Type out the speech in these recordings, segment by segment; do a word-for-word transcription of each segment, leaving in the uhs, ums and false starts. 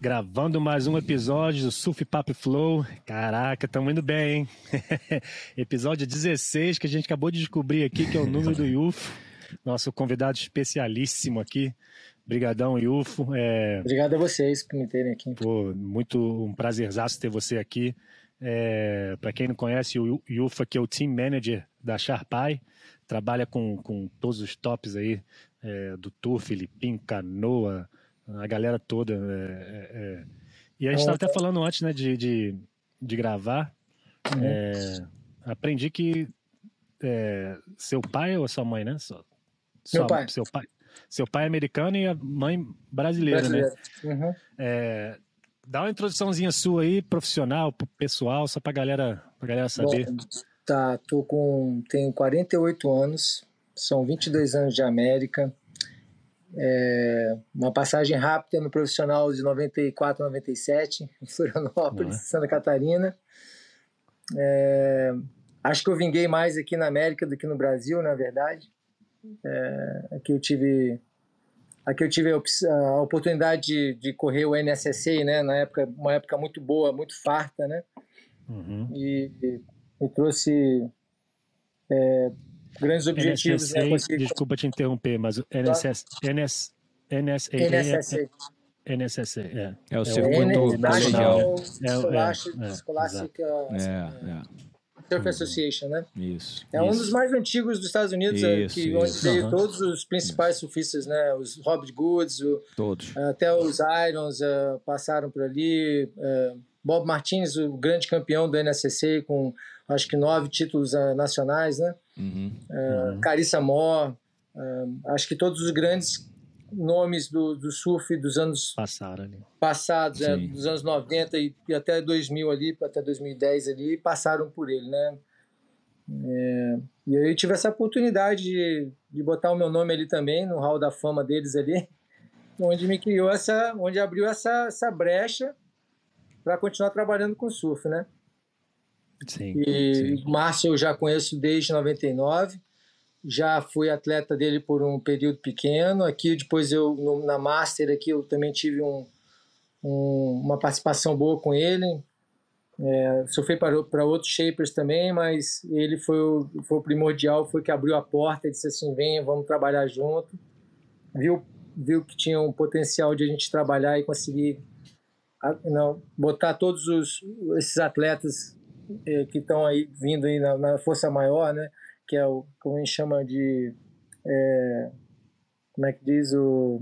Gravando mais um episódio do Surf Papo Flow. Caraca, estamos indo bem, hein? Episódio dezesseis que a gente acabou de descobrir aqui, que é o número do Yufo. Nosso convidado especialíssimo aqui. Brigadão, Yufo. É... Obrigado a vocês por me terem aqui. Pô, muito um prazerzaço ter você aqui. É... Para quem não conhece, o Yufo aqui é o Team Manager da Sharpai. Trabalha com, com todos os tops aí, é, do Tour, Filipim, Canoa, a galera toda. É, é, é. E a gente estava até falando antes, né, de, de, de gravar. Uhum. É, aprendi que é, seu pai ou sua mãe, né? Sua, Meu pai. Seu pai. Seu pai é americano e a mãe brasileira, brasileira. né? Uhum. É, dá uma introduçãozinha sua aí, profissional, pessoal, só pra galera, pra galera saber. Bom, tá, tô com, tenho quarenta e oito anos, são vinte e dois anos de América. É, uma passagem rápida no profissional de noventa e quatro, noventa e sete, em Florianópolis, uhum. Santa Catarina. É, acho que eu vinguei mais aqui na América do que no Brasil, na verdade. É, aqui eu tive, aqui eu tive a, a oportunidade de, de correr o N S S A, né? Na época, uma época muito boa, muito farta, né? Uhum. E me trouxe é, grandes objetivos. N S S A, né? Consegui... Desculpa te interromper, mas o N S S A, N S, N S A, N S S A. N S S A, é. É o é circuito nacional. É, Scholastic Surf Association, né? Isso. É um isso. dos mais antigos dos Estados Unidos, isso, que, isso. onde veio Uhum. todos os principais isso. surfistas, né? Os Robert Goods, o, todos. até os Irons uh, passaram por ali. Uh, Bob Martins, o grande campeão do N S S A, com acho que nove títulos uh, nacionais, né? Uhum. Uh, uhum. Carissa Moore, uh, acho que todos os grandes nomes do, do surf dos anos passaram ali. passados, é, dos anos noventa e, e até dois mil ali, até dois mil e dez ali, passaram por ele, né? É, e aí eu tive essa oportunidade de, de botar o meu nome ali também, no hall da fama deles ali, onde me criou essa, onde abriu essa, essa brecha para continuar trabalhando com surf, né? Sim, e sim. o Márcio eu já conheço desde noventa e nove, já fui atleta dele por um período pequeno. Aqui depois eu no, na Master aqui eu também tive um, um, uma participação boa com ele. É, surfei para, para outros shapers também, mas ele foi o, foi o primordial, foi que abriu a porta e disse assim, venha, vamos trabalhar junto. Viu, viu que tinha um potencial de a gente trabalhar e conseguir não, botar todos os, esses atletas é, que estão aí vindo aí na, na força maior, né? Que é o, como a gente chama de, é, como é que diz o,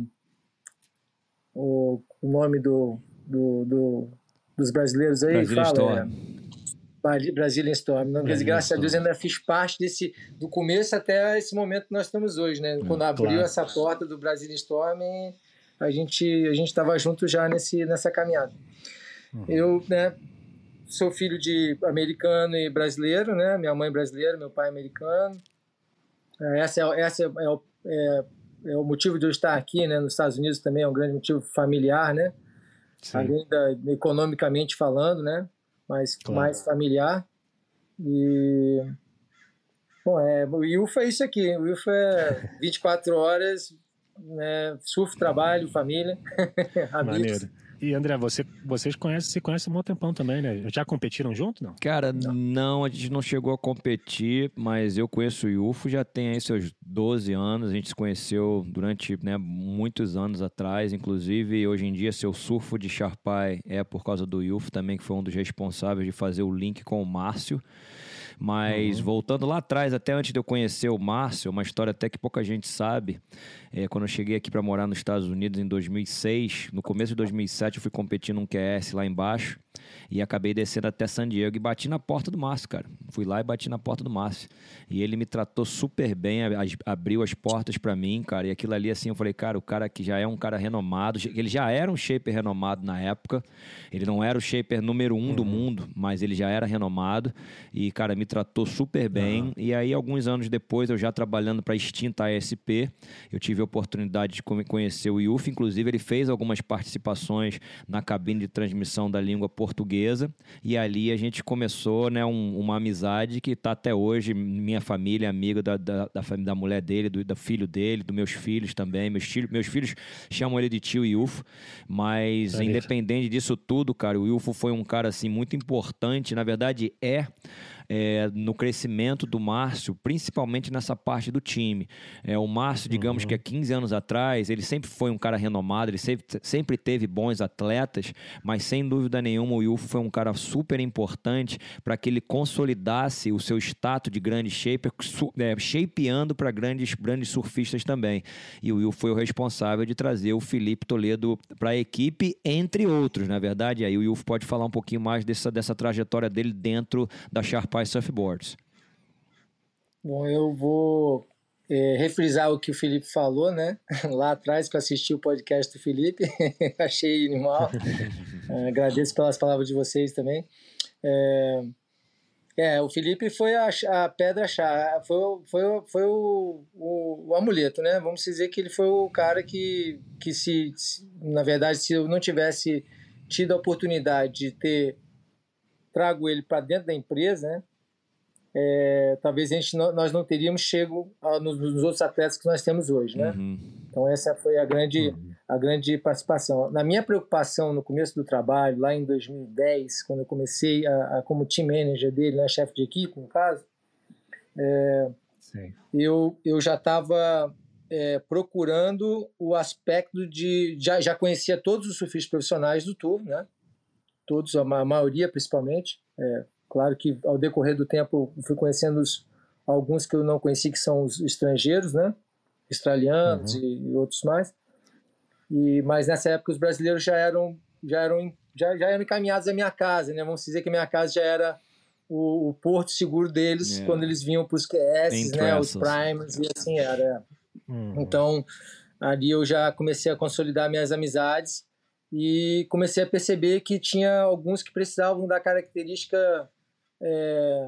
o, o nome do, do, do, dos brasileiros aí? Brazilian fala, Storm. É, Brazilian Storm. Não, Brazilian graças Storm. a Deus ainda fiz parte desse, do começo até esse momento que nós estamos hoje, né? Quando É, abriu claro. essa porta do Brazilian Storm, a gente a gente estava junto já nesse, nessa caminhada. Uhum. Eu, né, sou filho de americano e brasileiro, né? Minha mãe brasileira, meu pai americano. Essa é, essa é, é, é, é o motivo de eu estar aqui, né? Nos Estados Unidos também é um grande motivo familiar, né? Sim. Além da, economicamente falando, né? Mas Claro. mais familiar. E bom, é, o I U F é isso aqui. O I U F é vinte e quatro horas, né? Surf, trabalho, família, amigos. Maneiro. E André, você, vocês conhecem, se conhecem há um tempão também, né? Já competiram junto, não? Cara, não. não, a gente não chegou a competir, mas eu conheço o Yufo, já tem aí seus doze anos, a gente se conheceu durante, né, muitos anos atrás, inclusive hoje em dia seu surfo de Sharpai é por causa do Yufo também, que foi um dos responsáveis de fazer o link com o Márcio. Mas uhum. voltando lá atrás, até antes de eu conhecer o Márcio, uma história até que pouca gente sabe, é, quando eu cheguei aqui para morar nos Estados Unidos em dois mil e seis, no começo de dois mil e sete eu fui competir num Q S lá embaixo e acabei descendo até San Diego e bati na porta do Márcio, cara. Fui lá e bati na porta do Márcio. E ele me tratou super bem, abriu as portas para mim, cara, e aquilo ali assim, eu falei, cara, o cara que já é um cara renomado, ele já era um shaper renomado na época, ele não era o shaper número um uhum. do mundo, mas ele já era renomado e, cara, me me tratou super bem. Uhum. E aí, alguns anos depois, eu já trabalhando para a extinta A S P, eu tive a oportunidade de conhecer o Yuf. Inclusive, ele fez algumas participações na cabine de transmissão da língua portuguesa. E ali a gente começou, né, um, uma amizade que está até hoje. Minha família, amiga da, da, da, da mulher dele, do, do filho dele, dos meus filhos também. Meus, tio, meus filhos chamam ele de tio Yuf. Mas, é independente disso tudo, cara, o Yuf foi um cara assim, muito importante. Na verdade, é... É, no crescimento do Márcio, principalmente nessa parte do time. É, o Márcio, digamos uhum. que há quinze anos atrás, ele sempre foi um cara renomado, ele sempre, sempre teve bons atletas, mas sem dúvida nenhuma o Yuf foi um cara super importante para que ele consolidasse o seu status de grande shaper, é, shapeando para grandes, grandes surfistas também. E o Yuf foi o responsável de trazer o Felipe Toledo para a equipe, entre outros, na verdade. E aí o Yuf pode falar um pouquinho mais dessa, dessa trajetória dele dentro da Sharp Surfboards. Bom, eu vou é, refrisar o que o Felipe falou, né? Lá atrás, que eu assisti o podcast do Felipe, achei animal. é, agradeço pelas palavras de vocês também. É, é o Felipe foi a, a pedra-chave, foi, foi, foi o, o, o amuleto, né? Vamos dizer que ele foi o cara que, que se, se, na verdade, se eu não tivesse tido a oportunidade de ter trago ele para dentro da empresa, né? É, talvez a gente não, nós não teríamos chego a, nos, nos outros atletas que nós temos hoje, né? Uhum. Então essa foi a grande, uhum. a grande participação. Na minha preocupação no começo do trabalho, lá em dois mil e dez, quando eu comecei a, a, como team manager dele, né, chefe de equipe, no caso, é, eu, eu já estava é, procurando o aspecto de... Já, já conhecia todos os surfistas profissionais do tour, né? Todos, a maioria principalmente. É, claro que ao decorrer do tempo eu fui conhecendo os, alguns que eu não conheci, que são os estrangeiros, né? Australianos uhum. e, e outros mais. E, mas nessa época os brasileiros já eram, já eram, já, já eram encaminhados à minha casa, né? Vamos dizer que a minha casa já era o, o porto seguro deles yeah. quando eles vinham para os Q S, né? Os primers e assim era. Uhum. Então ali eu já comecei a consolidar minhas amizades. E comecei a perceber que tinha alguns que precisavam da característica é,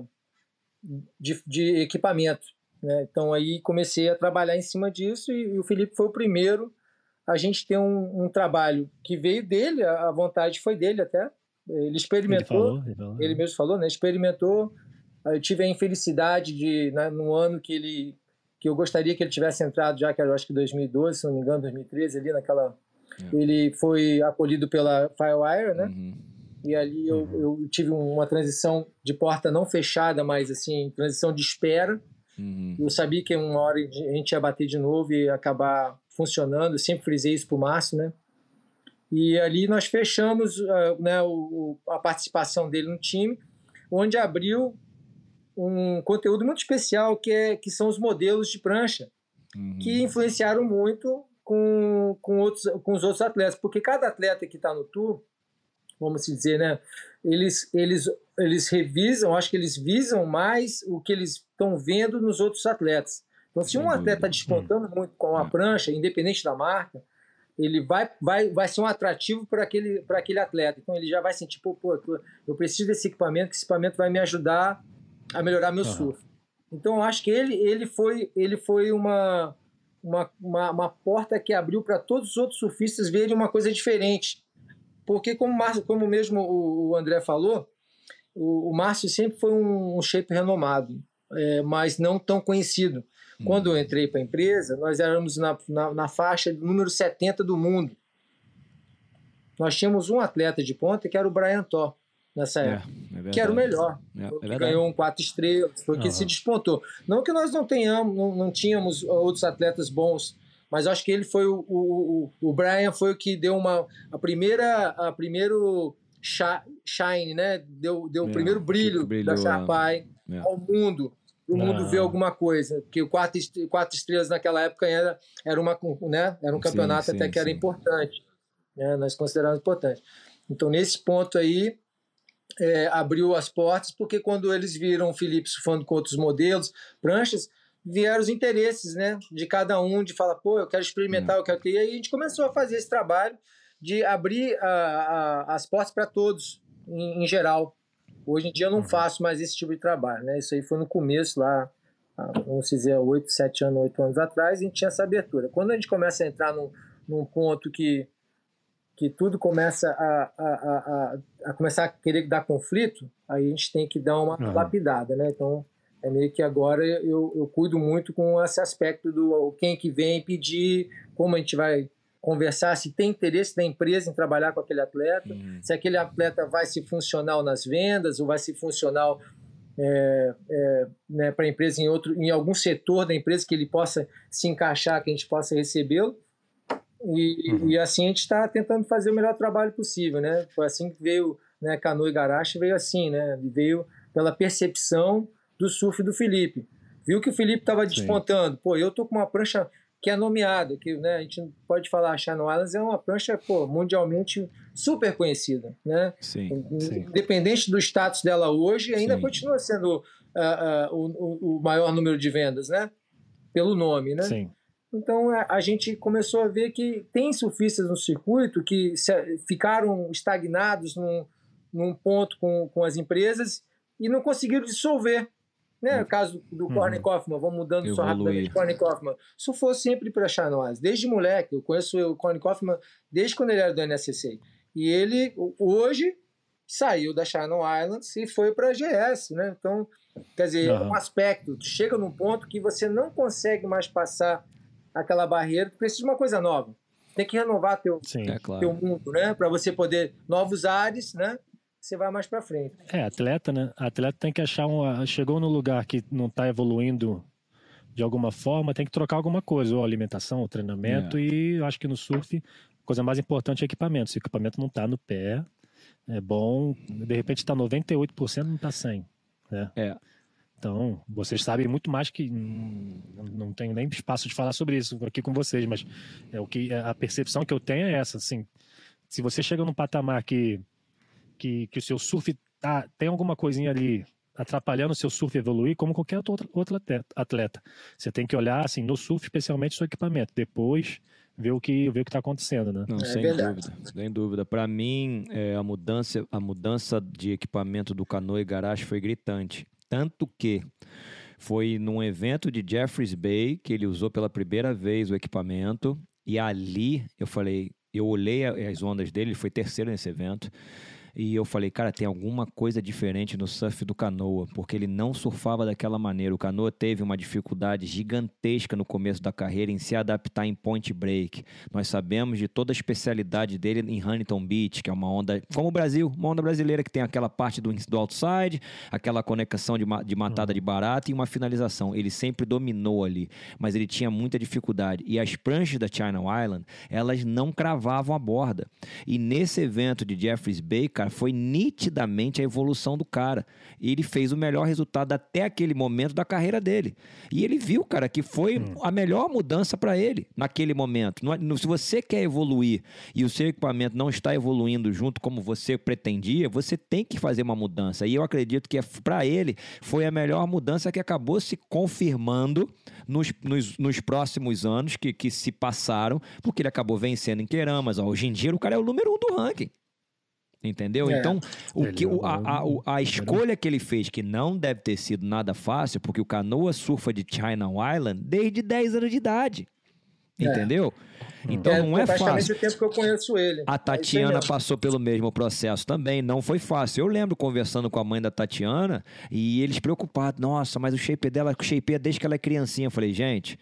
de, de equipamento, né? Então aí comecei a trabalhar em cima disso e, e o Felipe foi o primeiro a gente ter um, um trabalho que veio dele, a, a vontade foi dele até. Ele experimentou, ele, falou, ele, falou, ele mesmo falou, né? Experimentou. Eu tive a infelicidade de, né, no ano que ele, que eu gostaria que ele tivesse entrado já, que era, eu acho que dois mil e doze, se não me engano, dois mil e treze, ali naquela... Ele foi acolhido pela Firewire, né? Uhum. E ali eu, uhum. eu tive uma transição de porta não fechada, mas assim, transição de espera. Uhum. Eu sabia que uma hora a gente ia bater de novo e acabar funcionando. Eu sempre frisei isso pro Márcio, né? E ali nós fechamos uh, né, o, a participação dele no time, onde abriu um conteúdo muito especial que, é, que são os modelos de prancha, uhum. que influenciaram muito Com, com, outros, com os outros atletas, porque cada atleta que está no tour, vamos dizer, né, eles, eles, eles revisam, acho que eles visam mais o que eles estão vendo nos outros atletas. Então, se um atleta está despontando muito com a prancha, independente da marca, ele vai, vai, vai ser um atrativo para aquele, para aquele atleta. Então, ele já vai sentir, pô, pô, eu preciso desse equipamento, que esse equipamento vai me ajudar a melhorar meu uhum. surf. Então, eu acho que ele, ele foi, ele foi uma... Uma, uma, uma porta que abriu para todos os outros surfistas verem uma coisa diferente. Porque, como, Márcio, como mesmo o, o André falou, o, o Márcio sempre foi um, um shaper renomado, é, mas não tão conhecido. Hum. Quando eu entrei para a empresa, nós éramos na, na, na faixa número setenta do mundo. Nós tínhamos um atleta de ponta que era o Brian Thor, nessa é, época, é que era o melhor. É, é ganhou um quatro estrelas, foi que uhum. se despontou. Não que nós não tenhamos, não, não tínhamos outros atletas bons, mas acho que ele foi o, o, o, o Brian foi o que deu uma a primeira a primeiro shine, né? Deu deu é, o primeiro brilho da Sharp Eye é. ao mundo. O mundo ah. vê alguma coisa, porque o quatro, quatro estrelas naquela época era era uma, né? Era um campeonato sim, até sim, que era sim. importante, né? Nós consideramos importante. Então nesse ponto aí É, abriu as portas, porque quando eles viram o Felipe surfando com outros modelos, pranchas, vieram os interesses, né, de cada um, de falar, pô, eu quero experimentar, é. eu quero ter. E aí a gente começou a fazer esse trabalho de abrir a, a, as portas para todos, em, em geral. Hoje em dia eu não faço mais esse tipo de trabalho, né? Isso aí foi no começo lá, vamos dizer, oito, sete anos, oito anos atrás, a gente tinha essa abertura. Quando a gente começa a entrar num, num ponto que, que tudo começa a, a, a, a começar a querer dar conflito, aí a gente tem que dar uma uhum. lapidada, né? Então, é meio que agora eu, eu cuido muito com esse aspecto do quem que vem pedir, como a gente vai conversar, se tem interesse da empresa em trabalhar com aquele atleta, uhum. se aquele atleta vai ser funcional nas vendas ou vai ser funcional É, é, né, para a empresa em, outro, em algum setor da empresa que ele possa se encaixar, que a gente possa recebê-lo. E, uhum. e assim a gente está tentando fazer o melhor trabalho possível, né? Foi assim que veio, né, Canoa e Garage veio assim, né? Veio pela percepção do surf do Felipe. Viu que o Felipe estava despontando. Pô, eu tô com uma prancha que é nomeada, que, né, a gente não pode falar, a Channel Islands é uma prancha, pô, mundialmente super conhecida, né? Sim, Independente sim. do status dela hoje, ainda sim. continua sendo uh, uh, o, o maior número de vendas, né? Pelo nome, né? Sim. Então a, a gente começou a ver que tem surfistas no circuito que se, ficaram estagnados num, num ponto com, com as empresas e não conseguiram dissolver. Né? O caso do uhum. Corny Kaufman, vamos mudando Evoluir. só rapidamente. Corny Kaufman surfou sempre para a Channel Islands, desde moleque. Eu conheço o Corny Kaufman desde quando ele era do N S C C. E ele, hoje, saiu da Channel Islands e foi para a G S. Né? Então, quer dizer, uhum. é um aspecto. Tu chega num ponto que você não consegue mais passar aquela barreira, tu precisa de uma coisa nova. Tem que renovar teu, Sim, é claro. teu mundo, né? Para você poder, novos ares, né? Você vai mais para frente. É, atleta, né? Atleta tem que achar uma... Chegou num lugar que não está evoluindo de alguma forma, tem que trocar alguma coisa, ou alimentação, ou treinamento, é. E eu acho que no surf, a coisa mais importante é equipamento. Se o equipamento não está no pé, é bom, de repente está noventa e oito por cento, não está cem por cento, né? É. Então, vocês sabem muito mais que... Não tenho nem espaço de falar sobre isso aqui com vocês, mas é o que, a percepção que eu tenho é essa, assim. Se você chega num patamar que, que, que o seu surf tá, tem alguma coisinha ali atrapalhando o seu surf evoluir, como qualquer outro, outro atleta. Você tem que olhar, assim, no surf, especialmente o seu equipamento. Depois, ver o que ver o que está acontecendo, né? Não, é sem verdade. dúvida. Sem dúvida. Para mim, é, a, mudança, a mudança de equipamento do Canoa e Garage foi gritante. Tanto que foi num evento de Jeffreys Bay que ele usou pela primeira vez o equipamento. E ali eu falei, eu olhei as ondas dele, ele foi terceiro nesse evento. E eu falei, cara, tem alguma coisa diferente no surf do Canoa, porque ele não surfava daquela maneira. O Canoa teve uma dificuldade gigantesca no começo da carreira em se adaptar em point break. Nós sabemos de toda a especialidade dele em Huntington Beach, que é uma onda, como o Brasil, uma onda brasileira que tem aquela parte do, do outside, aquela conexão de, de matada de barata e uma finalização. Ele sempre dominou ali, mas ele tinha muita dificuldade. E as pranchas da Channel Island, elas não cravavam a borda. E nesse evento de Jeffreys Bay, cara, foi nitidamente a evolução do cara. E ele fez o melhor resultado até aquele momento da carreira dele. E ele viu, cara, que foi hum. a melhor mudança para ele naquele momento. Se você quer evoluir e o seu equipamento não está evoluindo junto como você pretendia, você tem que fazer uma mudança. E eu acredito que para ele foi a melhor mudança que acabou se confirmando nos, nos, nos próximos anos que, que se passaram, porque ele acabou vencendo em Queramas. Hoje em dia o cara é o número um do ranking. Entendeu? É. Então, o que, o, a, a, a escolha que ele fez, que não deve ter sido nada fácil, porque o Canoa surfa de Channel Island desde dez anos de idade. Entendeu? É. Então, é, não é fácil. Praticamente o tempo que eu conheço ele. A Tatiana é passou pelo mesmo processo também, não foi fácil. Eu lembro conversando com a mãe da Tatiana e eles preocupados. Nossa, mas o shape dela, o shape é desde que ela é criancinha. Eu falei, gente...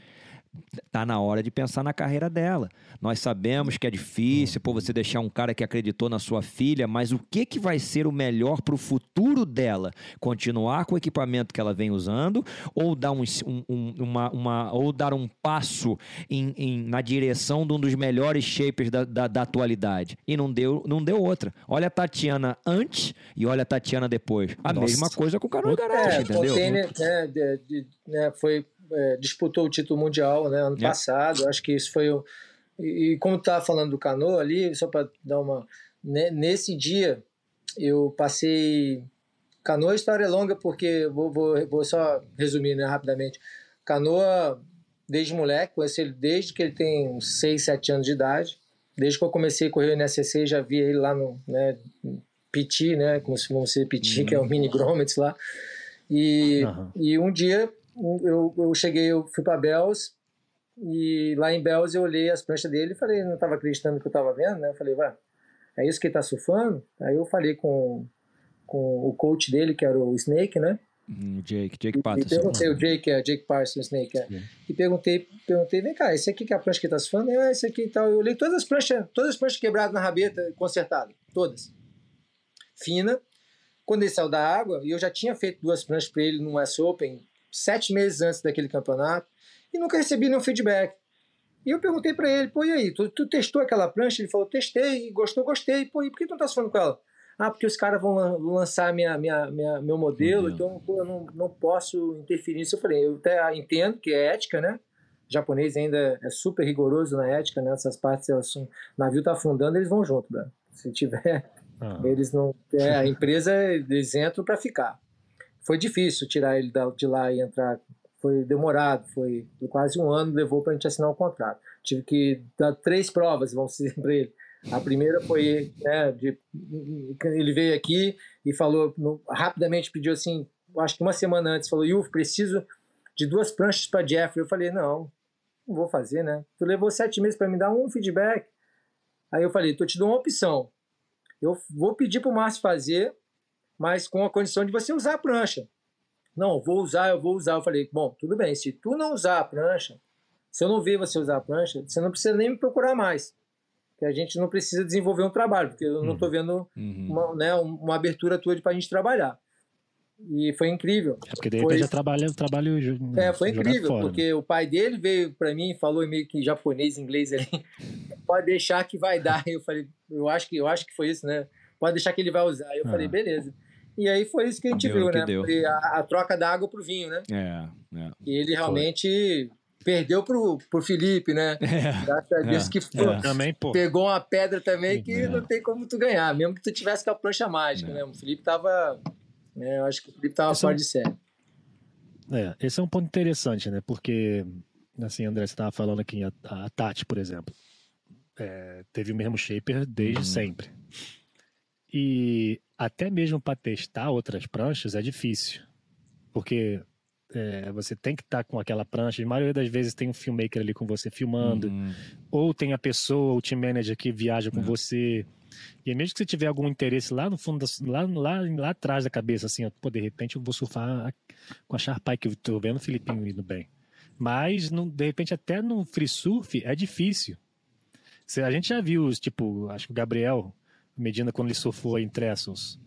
Tá na hora de pensar na carreira dela. Nós sabemos que é difícil, pô, você deixar um cara que acreditou na sua filha, mas o que, que vai ser o melhor para o futuro dela? Continuar com o equipamento que ela vem usando ou dar um, um, uma, uma, ou dar um passo em, em, na direção de um dos melhores shapers da, da, da atualidade? E não deu, não deu outra. Olha a Tatiana antes e olha a Tatiana depois. A Nossa. mesma coisa com o Canoa e Garage, é, entendeu? Fontaine, né, de, de, né, foi... É, disputou o título mundial, né, ano é. passado. Acho que isso foi o... E, e como estava falando do Canoa ali, só para dar uma... Né, nesse dia, eu passei... Canoa, a história é longa, porque vou, vou, vou só resumir, né, rapidamente. Canoa, desde moleque, conheci ele desde que ele tem uns seis, sete anos de idade. Desde que eu comecei a correr no N S C, já vi ele lá no... Né, P T, né? Como se fosse P T, Uhum. que é o mini grommets lá. E, Aham. e um dia eu, eu cheguei, eu fui para Bells, e lá em Bells eu olhei as pranchas dele e falei, não estava acreditando no que eu estava vendo, né? Eu falei, vai, é isso que ele tá surfando? Aí eu falei com, com o coach dele, que era o Snake, né? Hum, Jake, Jake E Patterson. perguntei, o Jake, é, Jake Parsons, Snake, é. E perguntei, perguntei, vem cá, esse aqui que é a prancha que tá surfando? É, esse aqui e tal. Eu olhei todas as pranchas, todas as pranchas quebradas na rabeta, consertadas, todas. Fina. Quando ele saiu da água, e eu já tinha feito duas pranchas para ele no U S Open, sete meses antes daquele campeonato, e nunca recebi nenhum feedback. E eu perguntei para ele, pô, e aí, tu, tu testou aquela prancha? Ele falou, testei, gostou, gostei. Pô, e por que tu não tá surfando com ela? Ah, porque os caras vão lançar minha, minha, minha, meu modelo, modelo. Então pô, eu não, não posso interferir nisso. Eu falei, eu até entendo que é ética, né? O japonês ainda é super rigoroso na ética, né? Essas partes, elas, o navio tá afundando, eles vão junto, né? Se tiver, ah. eles não... É, a empresa, eles entram para ficar. Foi difícil tirar ele de lá e entrar, foi demorado, foi quase um ano, levou para a gente assinar um contrato. Tive que dar três provas, vamos dizer para ele. A primeira foi, né, de, ele veio aqui e falou, no, rapidamente pediu assim, acho que uma semana antes, falou, Yuf, preciso de duas pranchas para Jeffrey. Eu falei, não, não vou fazer, né? Tu levou sete meses para me dar um feedback. Aí eu falei, tô te dando uma opção. Eu vou pedir para o Márcio fazer, mas com a condição de você usar a prancha. Não, vou usar, eu vou usar. Eu falei, bom, tudo bem, se tu não usar a prancha, se eu não ver você usar a prancha, você não precisa nem me procurar mais. Que a gente não precisa desenvolver um trabalho, porque eu não estou vendo uhum. uma, né, uma abertura tua para a gente trabalhar. E foi incrível. É porque de repente já trabalha, trabalho É, foi incrível, fora, porque né? O pai dele veio para mim e falou meio que em japonês, inglês ali, pode deixar que vai dar. Eu falei, eu acho que, eu acho que foi isso, né? Pode deixar que ele vai usar. Eu ah. falei, beleza. E aí foi isso que a gente deu viu, né? Foi a, a troca da água pro vinho, né? É, é. E ele realmente... Foi. Perdeu pro, pro Felipe, né? É, Graças a Deus é, que pô, é. Também, pô. Pegou uma pedra também que é. Não tem como tu ganhar, mesmo que tu tivesse com a prancha mágica, é. Né? O Felipe tava... Né, eu acho que o Felipe tava fora é um, de série. É, esse é um ponto interessante, né? Porque, assim, André, você estava falando aqui, a, a Tati, por exemplo, é, teve o mesmo shaper desde hum. sempre. E até mesmo para testar outras pranchas é difícil. Porque... É, você tem que estar tá com aquela prancha. A maioria das vezes tem um filmmaker ali com você filmando, uhum. ou tem a pessoa, o team manager que viaja com uhum. você. E mesmo que você tiver algum interesse lá no fundo, da, lá, lá, lá atrás da cabeça, assim, ó, pô, de repente eu vou surfar com a Sharpai, que eu tô vendo o Filipinho indo bem. Mas, no, de repente, até no free surf é difícil. A gente já viu, tipo, acho que o Gabriel Medina, quando ele surfou em Trestles,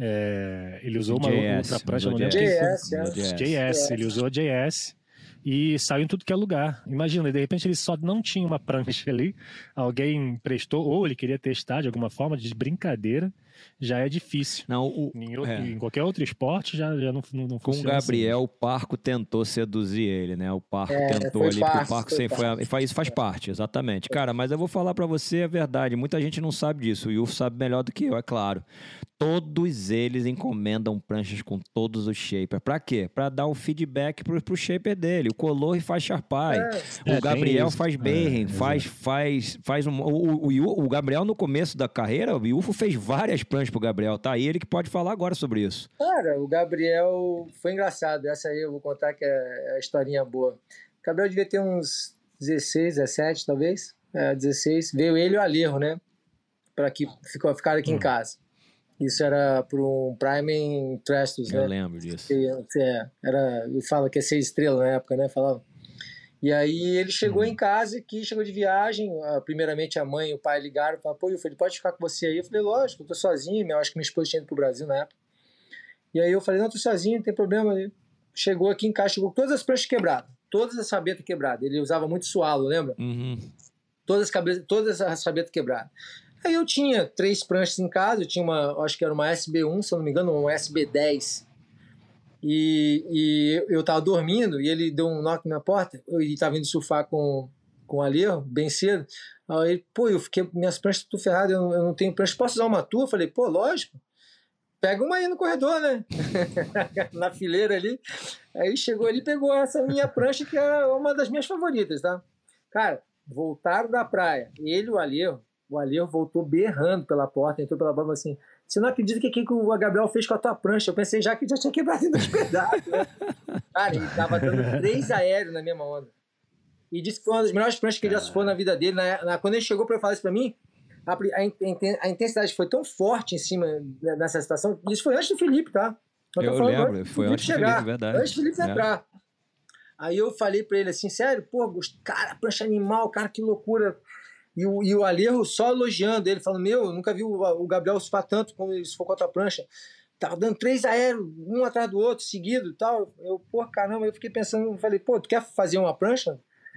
É, ele usou uma J S, outra prancha, usou não lembro J quem S, foi. é. J S, J S, ele usou J S e saiu em tudo que é lugar. Imagina, de repente ele só não tinha uma prancha ali, alguém emprestou, ou ele queria testar de alguma forma, de brincadeira, já é difícil. Não, o, em, é. em qualquer outro esporte já, já não, não, não Com funciona. Com o Gabriel, assim. O Parco tentou seduzir ele, né? O Parco é, tentou ali, porque o Parco foi sempre foi... foi isso faz é. parte, exatamente. Cara, mas eu vou falar pra você a verdade, muita gente não sabe disso, o Yuf sabe melhor do que eu, é claro. Todos eles encomendam pranchas com todos os shapers. Pra quê? Pra dar o feedback pro, pro shaper dele. O Color faz Sharpai. É, o é, Gabriel faz Beiren, é, faz, faz, faz um... O, o, o Gabriel, no começo da carreira, o Yufo fez várias pranchas pro Gabriel, tá? E ele que pode falar agora sobre isso. Cara, o Gabriel... Foi engraçado. Essa aí eu vou contar que é a historinha boa. O Gabriel devia ter uns dezesseis, dezessete, talvez. É, dezesseis. Veio ele e o Alejo, né? Pra que ficou, ficar aqui hum. em casa. Isso era para um Prime em Trestles, né? Eu lembro disso. É, era, ele fala que é seis estrelas na época, né? Falava. E aí ele chegou hum. em casa aqui, chegou de viagem. Primeiramente a mãe e o pai ligaram e falaram, pô, ele pode ficar com você aí? Eu falei, lógico, eu tô sozinho, eu acho que minha esposa tinha ido pro Brasil na época. E aí eu falei, não, tô sozinho, não tem problema. Ele chegou aqui em casa, chegou com todas as pranchas quebradas, todas as sabetas quebradas. Ele usava muito sualo, lembra? Uhum. Todas, as cabeças, todas as sabetas quebradas. Aí eu tinha três pranchas em casa, eu tinha uma, acho que era uma S B um, se eu não me engano, uma S B dez. E, e eu tava dormindo e ele deu um knock na porta, ele tava indo surfar com, com o Alejo, bem cedo. Aí ele, pô, eu fiquei, minhas pranchas estão ferradas, eu, eu não tenho prancha, posso usar uma tua? Eu falei, pô, lógico. Pega uma aí no corredor, né? Na fileira ali. Aí chegou ali e pegou essa minha prancha, que é uma das minhas favoritas, tá? Cara, voltaram da praia, ele e o Alejo. O Alejo voltou berrando pela porta, entrou pela porta assim, você não acredita que que o Gabriel fez com a tua prancha? Eu pensei já que já tinha quebrado em dois pedaços, né? Cara, ele tava dando três aéreos na mesma onda. E disse que foi uma das melhores pranchas que ele já surfou na vida dele. Na, na, quando ele chegou para falar isso para mim, a, a, a intensidade foi tão forte em cima nessa situação. Isso foi antes do Felipe, tá? Eu, eu lembro, antes foi antes do Felipe, chegar, verdade. Antes do Felipe é. entrar. Aí eu falei para ele assim, sério, pô, cara, prancha animal, cara, que loucura. E o, e o Alejo só elogiando ele, falando, meu, eu nunca vi o, o Gabriel surfar tanto como ele surfou com a tua prancha. Tava dando três aéreos, um atrás do outro, seguido e tal. Eu, pô, caramba, eu fiquei pensando, falei, pô, tu quer fazer uma prancha?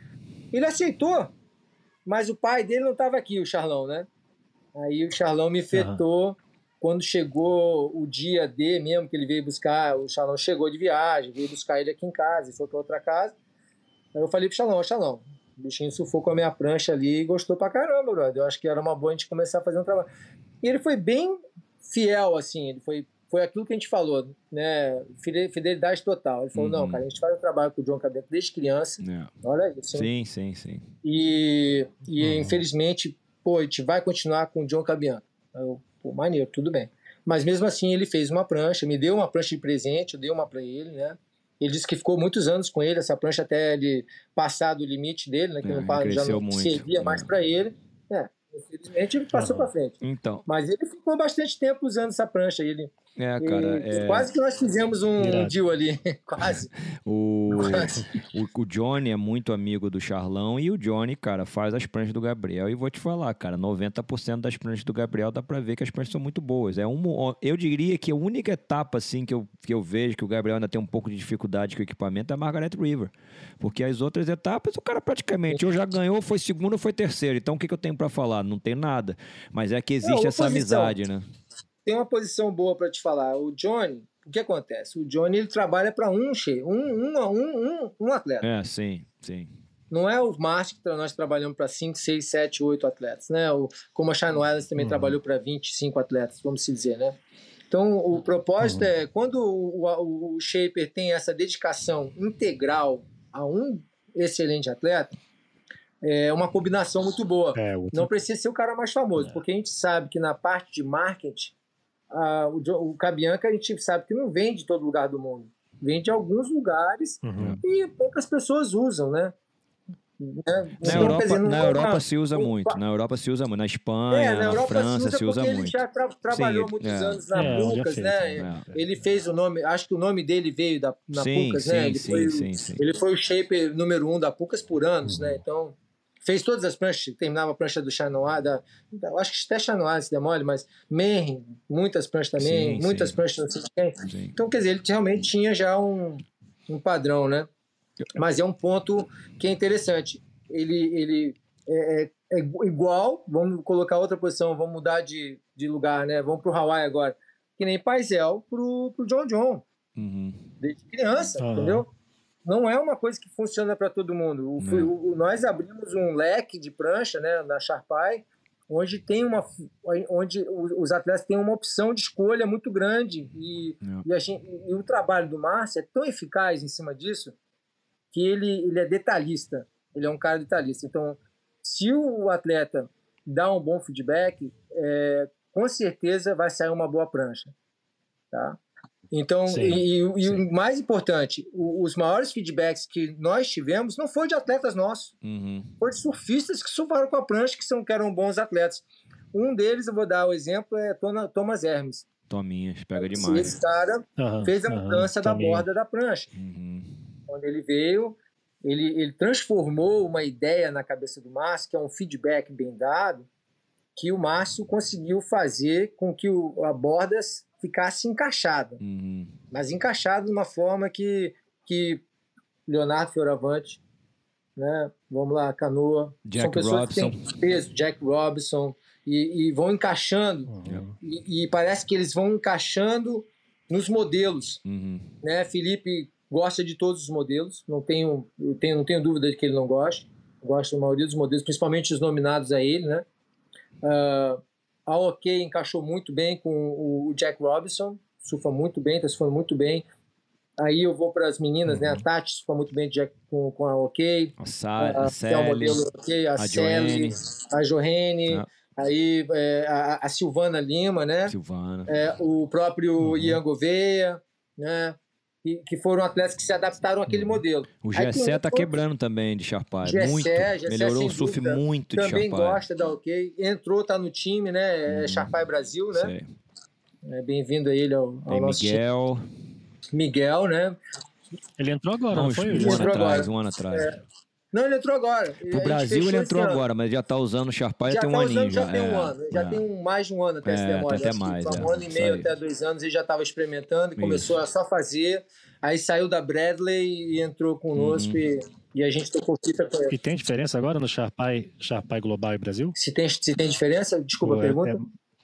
Ele aceitou, mas o pai dele não estava aqui, o Charlão, né? Aí o Charlão me fetou. Uhum. Quando chegou o dia D mesmo, que ele veio buscar, o Charlão chegou de viagem, veio buscar ele aqui em casa, e foi para outra casa. Aí eu falei pro Charlão, ó, Charlão, o bichinho surfou com a minha prancha ali e gostou pra caramba, brother. Eu acho que era uma boa a gente começar a fazer um trabalho. E ele foi bem fiel, assim, ele foi, foi aquilo que a gente falou, né? Fidelidade total. Ele falou, uhum. não, cara, a gente faz um trabalho com o John Cabeco desde criança. Yeah. Olha isso. Sim, sim, sim. E, e uhum. infelizmente, pô, a gente vai continuar com o John Cabianco. Eu, pô, maneiro, tudo bem. Mas mesmo assim ele fez uma prancha, me deu uma prancha de presente, eu dei uma para ele, né? Ele disse que ficou muitos anos com ele, essa prancha até ele passar do limite dele, né? Que é, não, já não muito, servia é. mais para ele. É, infelizmente ele passou uhum. para frente. Então. Mas ele ficou bastante tempo usando essa prancha. Ele, é, cara. É... Quase que nós fizemos um Irado. deal ali. Quase. O... o, o Johnny é muito amigo do Charlão e o Johnny, cara, faz as pranchas do Gabriel. E vou te falar, cara, noventa por cento das pranchas do Gabriel dá pra ver que as pranchas são muito boas. É um, eu diria que a única etapa, assim, que eu, que eu vejo que o Gabriel ainda tem um pouco de dificuldade com o equipamento é a Margaret River. Porque as outras etapas, o cara praticamente ou já ganhou, foi segundo ou foi terceiro. Então, o que, que eu tenho pra falar? Não tem nada. Mas é que existe Não, essa posição. amizade, né? Tem uma posição boa para te falar. O Johnny, o que acontece? O Johnny ele trabalha para um, um, um, um, um atleta. É, sim, sim. Não é o Márcio que nós trabalhamos para cinco, seis, sete, oito atletas, né? O, como a Shine Islands também uhum. trabalhou para vinte e cinco atletas, vamos dizer, né? Então, o propósito uhum. é, quando o, o, o shaper tem essa dedicação integral a um excelente atleta, é uma combinação muito boa. É, outro... Não precisa ser o cara mais famoso, é. porque a gente sabe que na parte de marketing, Ah, o, o Cabianca a gente sabe que não vem de todo lugar do mundo, vem de alguns lugares uhum. e poucas pessoas usam, né? né? Na, Europa, dizer, na é Europa uma... se usa muito, na Europa se usa muito, na Espanha, é, na, na França se usa, se usa muito. Ele já tra trabalhou Sim, muitos é. anos na é, Pucas, né? É. Ele fez o nome, acho que o nome dele veio da na sim, Pucas, sim, né? Ele, sim, foi, sim, sim. ele foi o shaper número um da Pucas por anos, uhum. né? Então fez todas as pranchas, terminava a prancha do Chanois, da, da, acho que até Chanois se demole, mas Merrin, muitas pranchas também, sim, muitas sim. pranchas não sei de quem. Então, quer dizer, ele realmente tinha já um, um padrão, né? Mas é um ponto que é interessante. Ele, ele é, é, é igual, vamos colocar outra posição, vamos mudar de, de lugar, né? Vamos pro Hawaii agora. Que nem Paisel pro, pro John John. Uhum. Desde criança, uhum. entendeu? Não é uma coisa que funciona para todo mundo. O, o, nós abrimos um leque de prancha, né, na Sharpai, onde, tem uma, onde os atletas têm uma opção de escolha muito grande. E, e, a gente, e o trabalho do Márcio é tão eficaz em cima disso que ele, ele é detalhista. Ele é um cara detalhista. Então, se o atleta dá um bom feedback, é, com certeza vai sair uma boa prancha. Tá? Então, sim, e, e, e o mais importante, os maiores feedbacks que nós tivemos não foi de atletas nossos, uhum. foi de surfistas que surfaram com a prancha, que, são, que eram bons atletas. Um deles, eu vou dar o exemplo, é Thomas Hermes. Tominhas, pega demais. Esse cara uhum, fez a mudança uhum, da Tominha. borda da prancha. Uhum. Quando ele veio, ele, ele transformou uma ideia na cabeça do Márcio, que é um feedback bem dado, que o Márcio conseguiu fazer com que o, a borda ficasse encaixada, uhum. mas encaixada de uma forma que, que Leonardo Fioravante, né, vamos lá, Canoa, Jack são pessoas Robson. que têm peso, Jack Robinson, e, e vão encaixando, uhum. e, e parece que eles vão encaixando nos modelos. Uhum. Né? Felipe gosta de todos os modelos, não tenho, eu tenho, não tenho dúvida de que ele não gosta, gosta da maioria dos modelos, principalmente os nominados a ele, né? Uh, a OK encaixou muito bem com o Jack Robinson, surfa muito bem, está surfando muito bem. Aí eu vou para as meninas, uhum. né? A Tati surfa muito bem Jack, com, com a OK. A, Sa a Sally, é o modelo OK, a, a Sally, a Johanne. Ah. aí é, a, a Silvana Lima, né? Silvana. É, o próprio Uhum. Ian Gouveia, né? E, que foram atletas que se adaptaram àquele modelo. O Aí Gessé tem tá outros- quebrando também de Sharpie. Gessé, Muito. Gessé, Melhorou sem o surf dúvida, muito de também Sharpie. gosta da OK. Entrou, tá no time, né? É Uhum. Sharpie Brasil, né? Sei. É, bem-vindo a ele ao, ao Tem nosso time. Miguel. Miguel, né? Ele entrou agora, Não, não uns- foi? um Ele ano entrou atrás, agora. um ano atrás. Não, ele entrou agora. A Pro gente Brasil fechou ele esse entrou ano. agora, mas já tá usando o Sharpie Já tem um tá aninho usando, já já. tem um É, ano. Já é. tem um, mais de um ano até É, esse tem demora. até Acho que mais, há é. um ano e Isso meio, aí. até dois anos, ele já estava experimentando e começou a só fazer. Aí saiu da Bradley e entrou conosco Uhum. e, e a gente tocou fita com ele. E tem diferença agora no Sharpie, Sharpie Global e Brasil? Se tem, se tem diferença? Desculpa Ou a é- pergunta.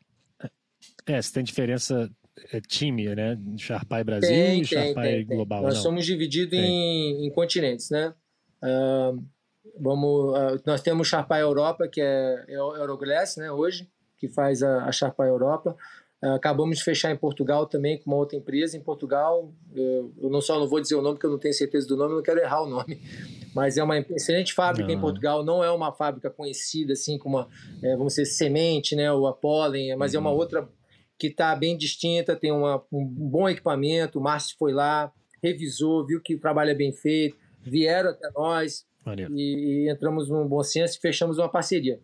É, é, se tem diferença é, time, né? Sharpie Brasil Tem, e tem, Sharpie tem, tem. Global, Nós não? somos divididos Tem. em, em continentes, né? Ah, vamos, ah, nós temos Sharpie Europa, que é, é o Euroglass, né, hoje, que faz a, a Sharpie Europa. Ah, acabamos de fechar em Portugal também com uma outra empresa. Em Portugal, eu, eu não só não vou dizer o nome, porque eu não tenho certeza do nome, eu não quero errar o nome. Mas é uma excelente fábrica em Aham. Portugal. Não é uma fábrica conhecida, assim, como, uma, é, vamos dizer, Semente, né, ou a Pollen, mas é uma outra que está bem distinta, tem uma, um bom equipamento. O Márcio foi lá, revisou, viu que o trabalho é bem feito, vieram até nós Maneiro. e, e entramos num bom senso e fechamos uma parceria.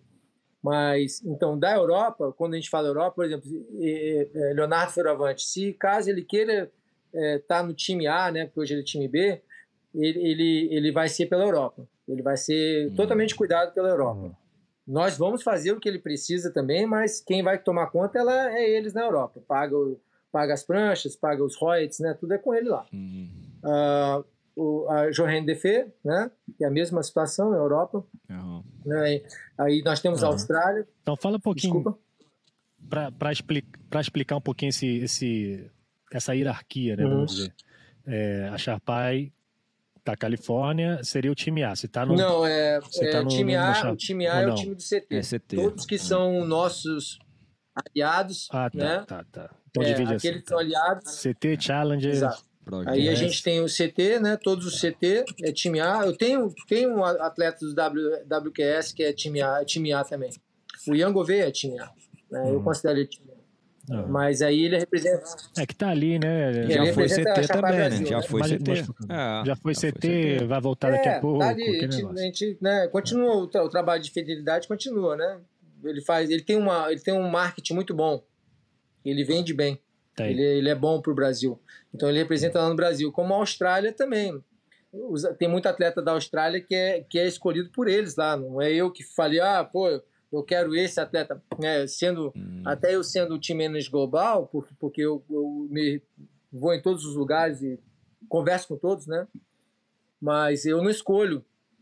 Mas, então, da Europa, quando a gente fala Europa, por exemplo, eh, eh, Leonardo Fioravante, se caso ele queira estar no time A, né, porque hoje ele é time B, ele, ele, ele vai ser pela Europa. Ele vai ser totalmente cuidado pela Europa. Uhum. Nós vamos fazer o que ele precisa também, mas quem vai tomar conta ela, é eles na Europa. Paga, o, paga as pranchas, paga os royalties, né? Tudo é com ele lá. Uhum. Uh, o, a Johanne Defé, né? Que é a mesma situação na Europa. Uhum. Né? Aí nós temos a Uhum. Austrália. Então fala um pouquinho, Desculpa. para explicar, explicar um pouquinho esse, esse, essa hierarquia, né? Uhum. Vamos dizer. É, a Sharpie da Califórnia seria o time A. Você tá no, Não, é, você é tá o no- time no- no A, Sharp- o time A ou é o não? time do C T. É C T. Todos que são nossos aliados, Ah, tá, né? tá, tá. Então É, divide aqueles assim. que são Tá. aliados. C T, Challenger. Exato. Projeto. Aí a Yes. gente tem o C T, né? Todos os C T é time A. Eu tenho, tenho atletas do w, WQS que é time A, é time A também. O Ian Gouveia é time A. Né? Eu Uhum. considero ele time A. Uhum. Mas aí ele representa. É que tá ali, né? Ele Já foi representa a C T Sharpie também, Brasil, né? Já né? foi Mas- C T. mas- É, Já foi C T, C T. vai voltar daqui a pouco. tá ali, a aquele gente, negócio. a gente, né, continua o, tra o trabalho de fidelidade continua, né? Ele faz, ele tem uma, ele tem um marketing muito bom. Ele vende bem. Tem. Ele, ele é bom para o Brasil. Então ele representa lá no Brasil, como a Austrália também. Os- Tem muito atleta da Austrália que é, que é escolhido por eles lá. Não é eu que falei, ah, pô, eu quero esse atleta. É, sendo, Hum. até eu sendo o team manager global, porque, porque eu, eu me, vou em todos os lugares e converso com todos, né? Mas eu não escolho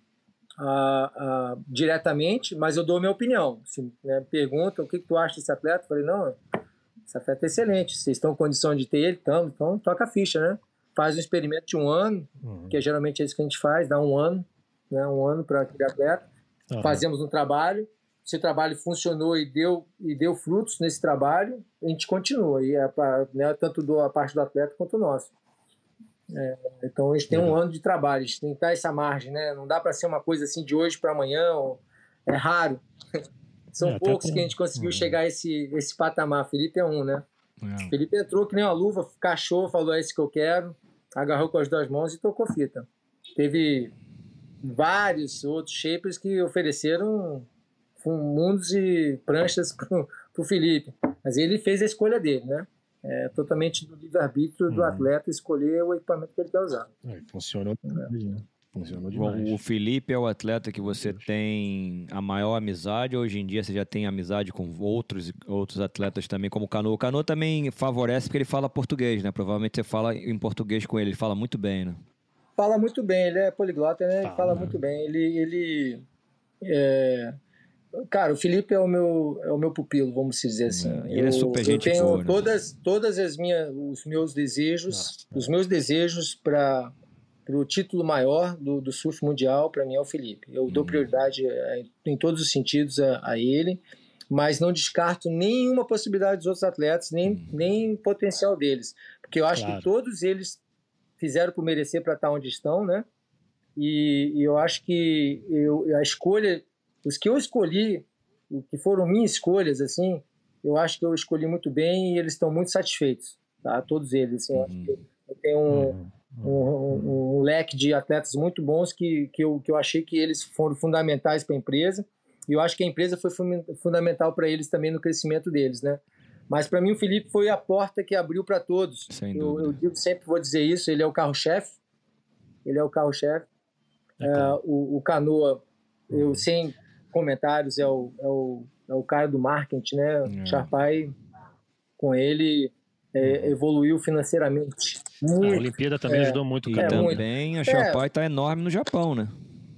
ah, ah, diretamente, mas eu dou a minha opinião. Se né, perguntam o que, que tu acha desse atleta, eu falei, não, esse atleta é excelente, vocês estão em condição de ter ele, então, então toca a ficha, né? Faz um experimento de um ano, Uhum. que é geralmente é isso que a gente faz, dá um ano, né? Um ano para aquele atleta. Uhum. Fazemos um trabalho, se o trabalho funcionou e deu, e deu frutos nesse trabalho, a gente continua, e é pra, né, tanto do, a parte do atleta quanto o nosso. É, então a gente tem um Legal. ano de trabalho, a gente tem que dar essa margem, né? Não dá para ser uma coisa assim de hoje para amanhã, ou, é raro. São É, até poucos com- que a gente conseguiu Uhum. chegar a esse, esse patamar. Felipe é um, né? É. Felipe entrou que nem uma luva, cachou, falou, é esse que eu quero, agarrou com as duas mãos e tocou fita. Teve vários outros shapers que ofereceram mundos e pranchas pro, pro Felipe, mas ele fez a escolha dele, né? É totalmente do livre-arbítrio do Uhum. atleta escolher o equipamento que ele quer usar. É, funcionou demais, né? Funcionou Bom, demais. o Felipe é o atleta que você tem a maior amizade. Hoje em dia você já tem amizade com outros, outros atletas também, como o Cano. O Cano também favorece porque ele fala português, né? Provavelmente você fala em português com ele. Ele fala muito bem, né? Fala muito bem, ele é poliglota, né? Ele Fala, fala né? muito bem. Ele, ele é... Cara, o Felipe é o meu, é o meu pupilo, vamos dizer assim. É, ele é super eu, gente eu tenho boa, né? todas, todas as minhas, os meus desejos, Nossa, os meus desejos para o título maior do, do surf mundial, para mim é o Felipe. Eu dou prioridade é, em todos os sentidos a, a ele, mas não descarto nenhuma possibilidade dos outros atletas, nem, nem potencial deles, porque eu acho Claro. que todos eles fizeram por merecer para estar onde estão, né? E, e eu acho que eu, a escolha, os que eu escolhi que foram minhas escolhas, assim, eu acho que eu escolhi muito bem e eles estão muito satisfeitos, tá? Todos eles, assim, eu acho que eu tenho um, Uhum. um, um, um leque de atletas muito bons que, que, eu, que eu achei que eles foram fundamentais para a empresa, e eu acho que a empresa foi fundamental para eles também no crescimento deles, né? Mas para mim o Felipe foi a porta que abriu para todos. Sem eu, dúvida. eu digo, sempre vou dizer isso, ele é o carro-chefe, ele é o carro-chefe. É claro. É, o, o Canoa, eu Uhum. sem comentários, é o, é o, é o cara do marketing, né? É. Sharpay, com ele, é, evoluiu financeiramente. A Olimpíada também é, ajudou muito o E é, Canoa. também Né? a Sharpay está enorme no Japão, né?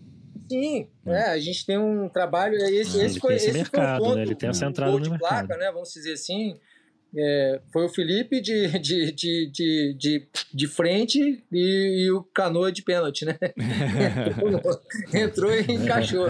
Sim, É. é, a gente tem um trabalho. Esse, É, esse, ele foi, tem esse esse mercado, foi o ponto, né? Ele tem essa o entrada gol no de mercado. placa, né? Vamos dizer assim. É, foi o Felipe de, de, de, de, de, de frente e, e o Canoa de pênalti, né? entrou, entrou e encaixou.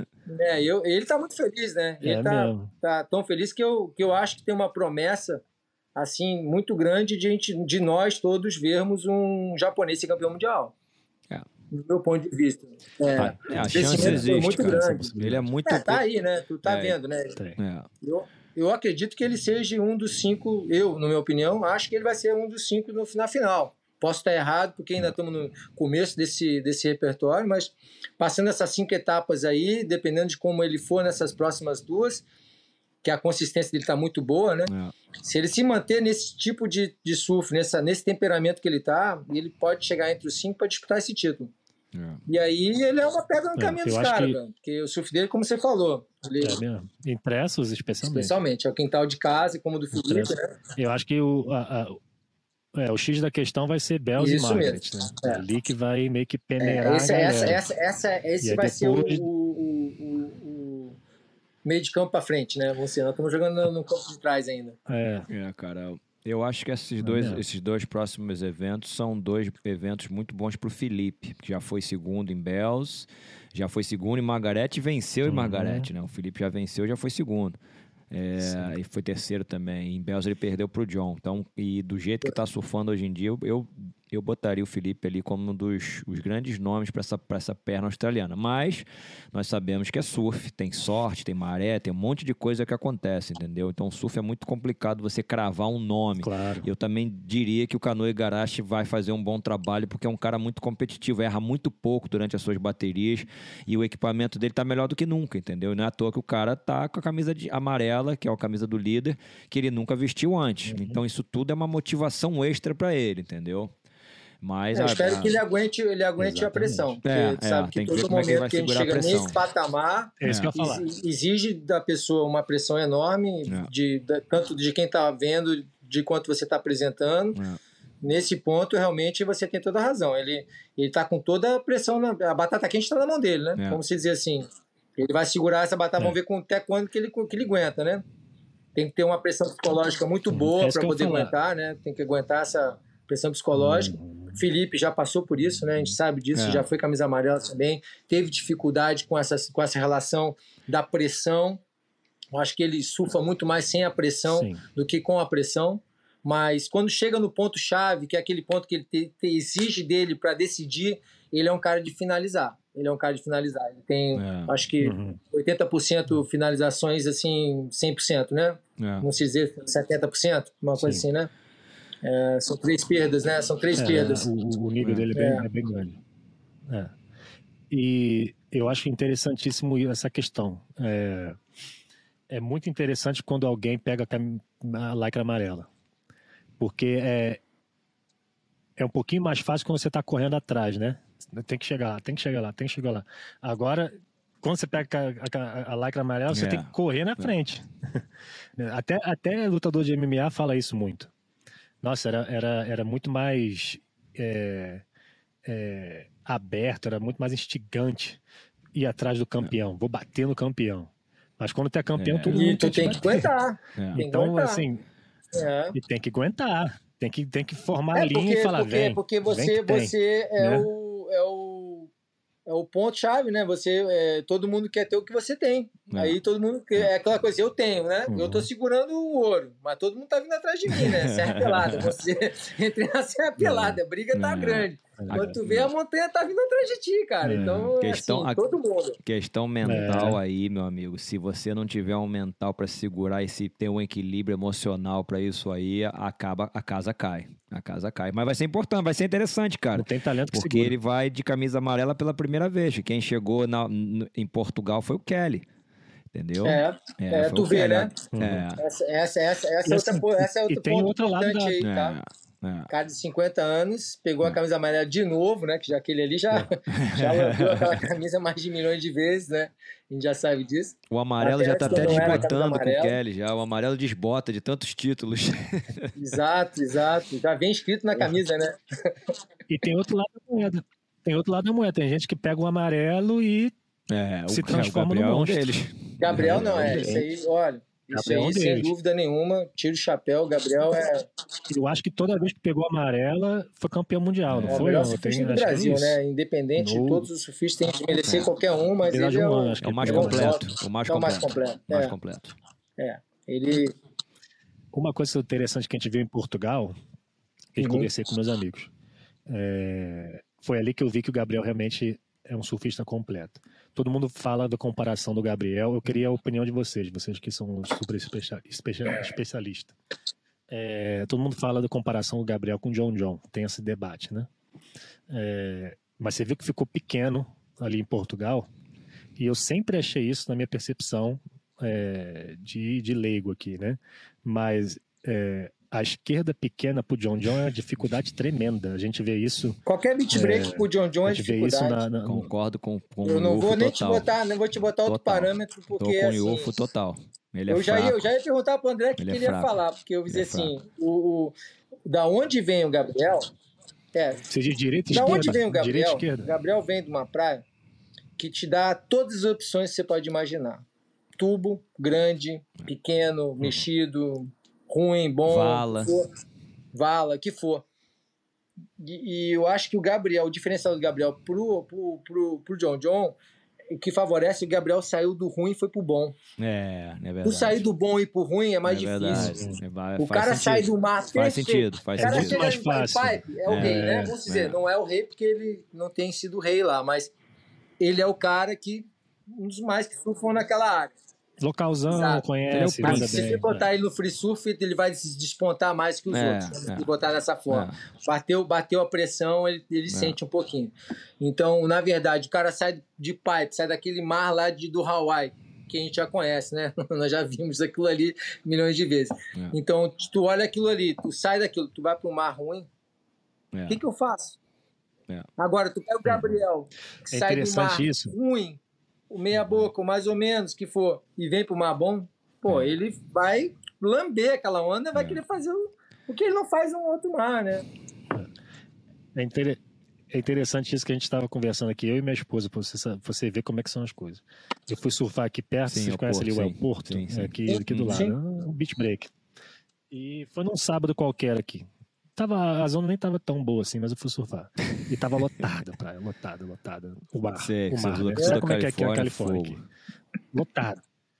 É, eu, ele tá muito feliz, né? Ele É tá, mesmo. tá tão feliz que eu, que eu acho que tem uma promessa assim muito grande de, gente, de nós todos vermos um japonês ser campeão mundial. É. Do meu ponto de vista. É, Tá. É, a o chance crescimento foi existe, muito cara. grande. Ele é muito... É, tá aí, né? Tu tá É, vendo, né? Tem. É. Eu, eu acredito que ele seja um dos cinco, eu, na minha opinião, acho que ele vai ser um dos cinco no, na final. Posso estar errado, porque ainda estamos no começo desse, desse repertório, mas passando essas cinco etapas aí, dependendo de como ele for nessas próximas duas, que a consistência dele está muito boa, né? É. Se ele se manter nesse tipo de, de surf, nessa, nesse temperamento que ele está, ele pode chegar entre os cinco para disputar esse título. É. E aí ele é uma pedra no É, caminho eu dos acho caras, que- velho. Porque o surf dele, como você falou, ele, É mesmo. Impressos, especialmente. especialmente, é o quintal de casa, como o do Felipe, Impresso. né? Eu acho que o, a, a- é, o X da questão vai ser Bells e Isso Margaret, mesmo. né? É. É ali que vai meio que É, peneirar esse, a galera. essa, essa, essa, esse E aí vai ser o, depois- o, o, o- o meio de campo para frente, né? Vamos ser, nós estamos jogando no, no campo de trás ainda. É, É, cara, eu acho que esses dois, mesmo. esses dois próximos eventos são dois eventos muito bons pro Felipe, que já foi segundo em Bells, já foi segundo em Margaret e venceu em Uhum. Margaret, né? O Felipe já venceu, já foi segundo. É, e foi terceiro também. Em Bells ele perdeu pro John. Então, e do jeito que tá surfando hoje em dia, eu, eu, eu botaria o Felipe ali como um dos os grandes nomes para essa, pra essa perna australiana. Mas nós sabemos que é surf, tem sorte, tem maré, tem um monte de coisa que acontece, entendeu? Então, surf é muito complicado você cravar um nome. claro. Eu também diria que o Kanoa Igarashi vai fazer um bom trabalho, porque é um cara muito competitivo, erra muito pouco durante as suas baterias e o equipamento dele tá melhor do que nunca, entendeu? E não é à toa que o cara tá com a camisa de amarela, que é a camisa do líder, que ele nunca vestiu antes. Uhum. Então isso tudo é uma motivação extra para ele, entendeu? Mas É, eu a- espero a- que ele aguente, ele aguente a Exatamente. pressão. Porque É, tu sabe é, que tem que ver todo como é que ele vai momento que a gente segurar a chega pressão. nesse patamar, É isso que eu ia É. falar. exi- exige da pessoa uma pressão enorme, É. de, da- tanto de quem está vendo, de quanto você está apresentando. É. Nesse ponto, realmente, você tem toda a razão. Ele está com toda a pressão, na, a batata quente está na mão dele, né? É. Vamos dizer assim. Ele vai segurar essa batata, É. vamos ver com, até quando que ele, que ele aguenta, né? Tem que ter uma pressão psicológica muito Uhum. boa É isso para que eu ia poder falar. aguentar, né? Tem que aguentar essa pressão psicológica. Uhum. Felipe já passou por isso, né? A gente sabe disso, É. já foi camisa amarela também. Teve dificuldade com essa, com essa relação da pressão. Eu acho que ele surfa muito mais sem a pressão Sim. do que com a pressão. Mas quando chega no ponto-chave, que é aquele ponto que ele te, te exige dele para decidir, ele é um cara de finalizar. Ele é um cara de finalizar. Ele tem, É. acho que, Uhum. oitenta por cento finalizações, assim, cem por cento, né? É. Não se dizer setenta por cento, uma coisa Sim. assim, né? É, são três perdas, né? São três É, perdas. o, o nível É. dele é bem, É. é bem grande. É. E eu acho interessantíssimo essa questão. É, é muito interessante quando alguém pega a, cam- a lycra amarela. Porque é, é um pouquinho mais fácil quando você está correndo atrás, né? Tem que chegar lá, tem que chegar lá, tem que chegar lá. Agora, quando você pega a, a, a lycra amarela, você É. tem que correr na frente. até, até lutador de M M A fala isso muito. Nossa, era, era, era muito mais é, é, aberto, era muito mais instigante ir atrás do campeão. Vou bater no campeão. Mas quando tu é campeão, É. todo E mundo tu quer te tem que bater. aguentar. É. Tem que Então, aguentar. assim, É. e tem que aguentar. Tem que, tem que formar É a linha porque, e falar, porque, vem, porque vem você, que tem. você é, né? o, é o é o ponto-chave, né? Você, é, todo mundo quer ter o que você tem. É. Aí todo mundo quer, é aquela coisa, eu tenho, né? Uhum. Eu tô segurando o ouro, mas todo mundo tá vindo atrás de mim, né? Serra pelada. Você, entre a serra pelada, a briga tá É. grande. Quando tu vê, a montanha tá vindo atrás de ti, cara. É. Então, questão, assim, todo mundo. Questão mental é. aí, meu amigo. Se você não tiver um mental para segurar e se ter um equilíbrio emocional para isso aí, acaba, a casa cai. A casa cai. Mas vai ser importante, vai ser interessante, cara. Não tem talento que Porque segura. Ele vai de camisa amarela pela primeira vez. Quem chegou na, em Portugal foi o Kelly. Entendeu? É, é, é tu vê, né? É. Essa, essa, essa, essa, é, assim, outra, essa é outro ponto outro importante da... aí, tá? É. É. Cara de cinquenta anos, pegou é. a camisa amarela de novo, né? Que já aquele ali já, é. já lambeu aquela camisa mais de milhões de vezes, né? A gente já sabe disso. O amarelo até já tá até desbotando com o Kelly, já. O amarelo desbota de tantos títulos. Exato, exato. Já vem escrito na camisa, né? E tem outro lado da moeda. Tem outro lado da moeda. Tem gente que pega o amarelo e é, se o, transforma é, o no monstro. deles. Gabriel não é. Isso aí, olha... Isso Gabriel aí, deles. Sem dúvida nenhuma, tira o chapéu, o Gabriel é... Eu acho que toda vez que pegou a amarela, foi campeão mundial, não é, foi? O melhor surfista do Brasil, né? Independente, no... todos os surfistas têm que merecer é. qualquer um, mas ele, ele é, o... é o mais completo. É o mais é completo. O mais completo. É. mais é. completo. É, ele... Uma coisa interessante que a gente viu em Portugal, que eu uhum. conversei com meus amigos, é... foi ali que eu vi que o Gabriel realmente é um surfista completo. Todo mundo fala da comparação do Gabriel. Eu queria a opinião de vocês, vocês que são super especialistas. É, todo mundo fala da comparação do Gabriel com o John John. Tem esse debate, né? É, mas você viu que ficou pequeno ali em Portugal. E eu sempre achei isso na minha percepção é, de, de leigo aqui, né? Mas... É, a esquerda pequena pro John John é uma dificuldade tremenda. A gente vê isso... Qualquer beat break é, pro John John é dificuldade. Na, na, Concordo com, com eu o não Ufo vou nem total. te botar, não vou te botar outro total. parâmetro, porque Tô com assim... o Ufo total. Ele é eu, já ia, eu já ia perguntar pro André o que ele, ele ia falar, porque eu dizia é assim, o, o, da onde vem o Gabriel... É, Você diz direita e da esquerda? onde vem o Gabriel? Esquerda. O Gabriel vem de uma praia que te dá todas as opções que você pode imaginar. Tubo, grande, pequeno, uhum. mexido, ruim, bom... Vala... For, Vala, que for. E, e eu acho que o Gabriel, o diferencial do Gabriel pro, pro, pro, pro John John, o que favorece, o Gabriel saiu do ruim e foi pro bom. É, é verdade. Tu sair do bom e pro ruim é mais é difícil. É, o cara sentido. sai do mar Faz perfeito. sentido, faz o cara sentido. chega mais fácil. Pipe, é o é, rei, né? Vamos dizer, é. não é o rei porque ele não tem sido rei lá, mas ele é o cara que, um dos mais que surfam naquela área. Localzão, Exato. conhece. Mas se você botar ele no free surf, ele vai se despontar mais que os é, outros. É. Se botar dessa forma. É. Bateu, bateu a pressão, ele, ele é. sente um pouquinho. Então, na verdade, o cara sai de pipe, sai daquele mar lá de, do Hawaii, que a gente já conhece, né? Nós já vimos aquilo ali milhões de vezes. É. Então, tu olha aquilo ali, tu sai daquilo, tu vai para um mar ruim, o é. que, que eu faço? É. Agora, tu pega o Gabriel, que é sai do mar isso. ruim, o meia boca, o mais ou menos que for, e vem pro mar bom, pô, é. ele vai lamber aquela onda, vai é. querer fazer o, o que ele não faz no outro mar, né? É, inter... é interessante isso que a gente estava conversando aqui, eu e minha esposa, pra você, pra você ver como é que são as coisas. Eu fui surfar aqui perto, sim, vocês conhecem ali o El Porto, sim, sim. Aqui, aqui do lado, um beach break. E foi num sábado qualquer aqui. Tava, a zona nem tava tão boa assim, mas eu fui surfar. E tava lotada a praia, lotada, lotada. O mar, Sei, o mar. Né? Você sabe como é que é aqui a Califórnia? Aqui. Lotado.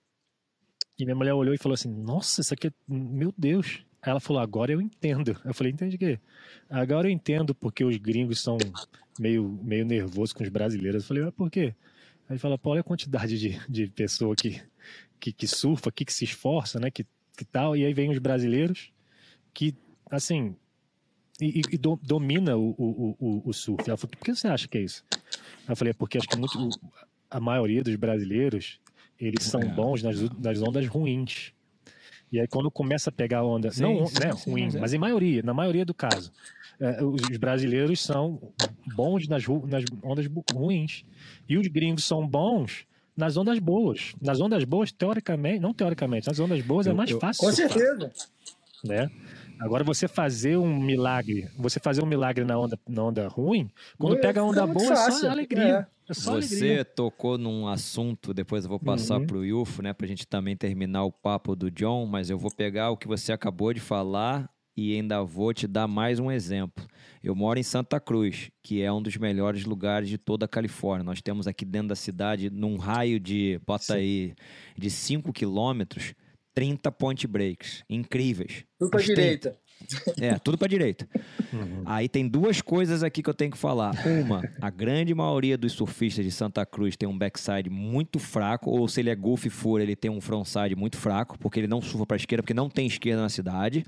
E minha mulher olhou e falou assim, nossa, isso aqui é... Meu Deus. Aí ela falou, agora eu entendo. Eu falei, entende o quê? Agora eu entendo porque os gringos são meio, meio nervosos com os brasileiros. Eu falei, mas por quê? Aí ele fala, pô, olha a quantidade de, de pessoa que, que, que surfa, que, que se esforça, né? Que, que tal. E aí vem os brasileiros que, assim... E, e do, domina o, o, o, o surf. Ela falou, por que você acha que é isso? Eu falei, é porque acho que muito, a maioria dos brasileiros, eles são é. bons nas, nas ondas ruins. E aí quando começa a pegar a onda, sim, não sim, né, sim, ruim, mas, é. mas em maioria, na maioria do caso, é, os brasileiros são bons nas, nas ondas ruins. E os gringos são bons nas ondas boas. Nas ondas boas, teoricamente, não teoricamente, nas ondas boas eu, é mais eu, fácil. Com certeza. Né? Agora, você fazer um milagre, você fazer um milagre na onda, na onda ruim, quando é, pega a onda boa, é só alegria. É. É só você alegria. tocou num assunto, depois eu vou passar uhum. pro Yufo, né, pra gente também terminar o papo do John, mas eu vou pegar o que você acabou de falar e ainda vou te dar mais um exemplo. Eu moro em Santa Cruz, que é um dos melhores lugares de toda a Califórnia. Nós temos aqui dentro da cidade, num raio de, bota Sim. aí, de cinco quilômetros, trinta point breaks, incríveis. Tudo pra direita. É, tudo pra direita. Uhum. Aí tem duas coisas aqui que eu tenho que falar. Uma, a grande maioria dos surfistas de Santa Cruz tem um backside muito fraco, ou se ele é Gulf Fura, ele tem um frontside muito fraco, porque ele não surfa pra esquerda, porque não tem esquerda na cidade.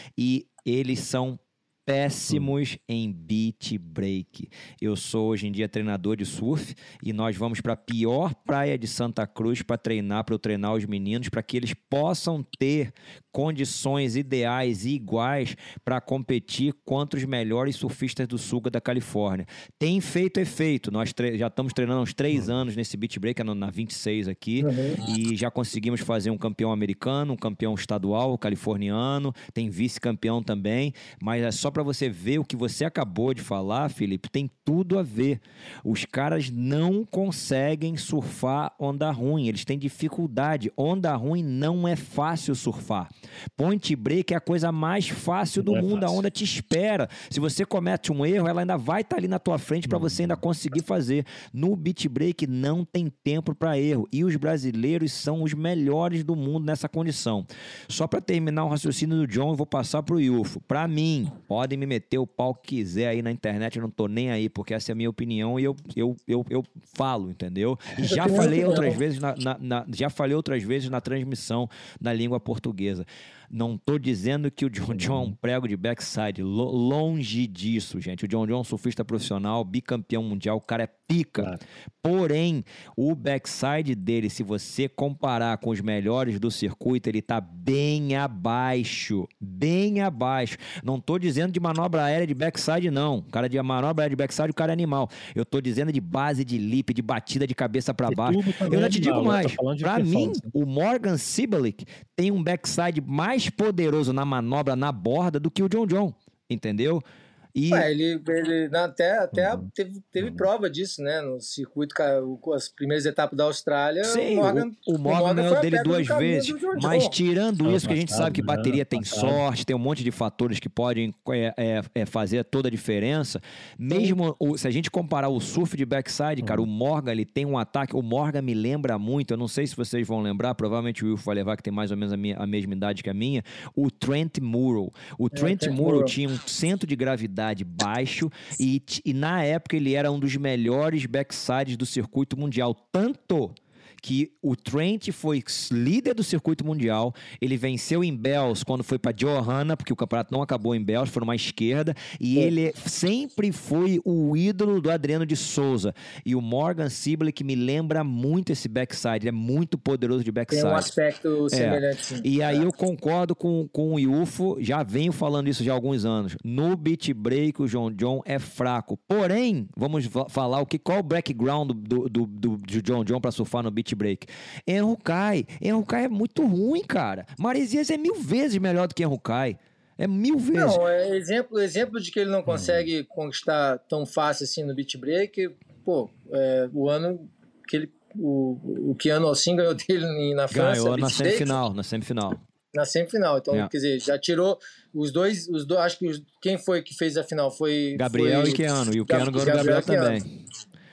E eles são péssimos em beach break. Eu sou hoje em dia treinador de surf e nós vamos para a pior praia de Santa Cruz para treinar, para eu treinar os meninos, para que eles possam ter condições ideais e iguais para competir contra os melhores surfistas do sul da Califórnia. Tem feito efeito. Nós já estamos treinando há uns três uhum. anos nesse beach break, na vinte e seis aqui, uhum. e já conseguimos fazer um campeão americano, um campeão estadual, californiano, tem vice-campeão também, mas é só para você ver o que você acabou de falar, Felipe, tem tudo a ver. Os caras não conseguem surfar onda ruim, eles têm dificuldade. Onda ruim não é fácil surfar. Point break é a coisa mais fácil do não mundo, é a onda te espera. Se você comete um erro, ela ainda vai estar ali na tua frente para você ainda conseguir fazer. No beach break não tem tempo para erro, e os brasileiros são os melhores do mundo nessa condição. Só para terminar o raciocínio do John, eu vou passar pro Yufo. Para mim, podem me meter o pau que quiser aí na internet, eu não tô nem aí, porque essa é a minha opinião e eu, eu, eu, eu falo, entendeu? E já falei outras vezes na, na, na, já falei outras vezes na transmissão da língua portuguesa. Não tô dizendo que o John John é um prego de backside, Lo, longe disso, gente. O John John é um surfista profissional, bicampeão mundial, o cara é pica. Claro. Porém, o backside dele, se você comparar com os melhores do circuito, ele tá bem abaixo, bem abaixo. Não tô dizendo de manobra aérea de backside, não. O cara de manobra aérea de backside, o cara é animal. Eu tô dizendo de base de lip, de batida de cabeça para baixo. Eu já te digo mais. Para mim, o Morgan Sibelic tem um backside mais poderoso na manobra, na borda, do que o John John, entendeu? E... Ué, ele, ele até, até uhum. teve, teve uhum. prova disso, né? No circuito, as primeiras etapas da Austrália. Sim, o Morgan, o, o Morgan, o Morgan ganhou dele duas vezes. Mas tirando isso, que a gente sabe que bateria tem sorte, tem um monte de fatores que podem é, é, é fazer toda a diferença. Mesmo o, se a gente comparar o surf de backside, cara, uhum. o Morgan, ele tem um ataque. O Morgan me lembra muito, eu não sei se vocês vão lembrar, provavelmente o Will vai levar, que tem mais ou menos a, minha, a mesma idade que a minha, o Trent Murrow. O é, Trent Murrow tinha um centro de gravidade baixo e, e na época ele era um dos melhores backsides do circuito mundial, tanto que o Trent foi líder do circuito mundial, ele venceu em Bells quando foi para Johanna, porque o campeonato não acabou em Bells, foi numa esquerda, e é. ele sempre foi o ídolo do Adriano de Souza. E o Morgan Sibelic me lembra muito esse backside, ele é muito poderoso de backside. Tem um aspecto semelhante. É. E aí é. eu concordo com, com o Yufo, já venho falando isso já há alguns anos. No beach break, o John John é fraco. Porém, vamos falar o que, qual o background do, do, do, do John John para surfar no beach break. Enrucai. Enrucai é muito ruim, cara. Maresias é mil vezes melhor do que Enrucai. É mil vezes. Não, é exemplo, exemplo de que ele não consegue hum. conquistar tão fácil assim no beach break. Pô, é, o ano que ele, o, o Keanu Olsin ganhou dele na França. Ganhou na semifinal, break, na semifinal. Na semifinal. Então, é. quer dizer, já tirou os dois, os dois acho que os, quem foi que fez a final foi Gabriel foi, e Keanu. E o Keanu ganhou do Gabriel também.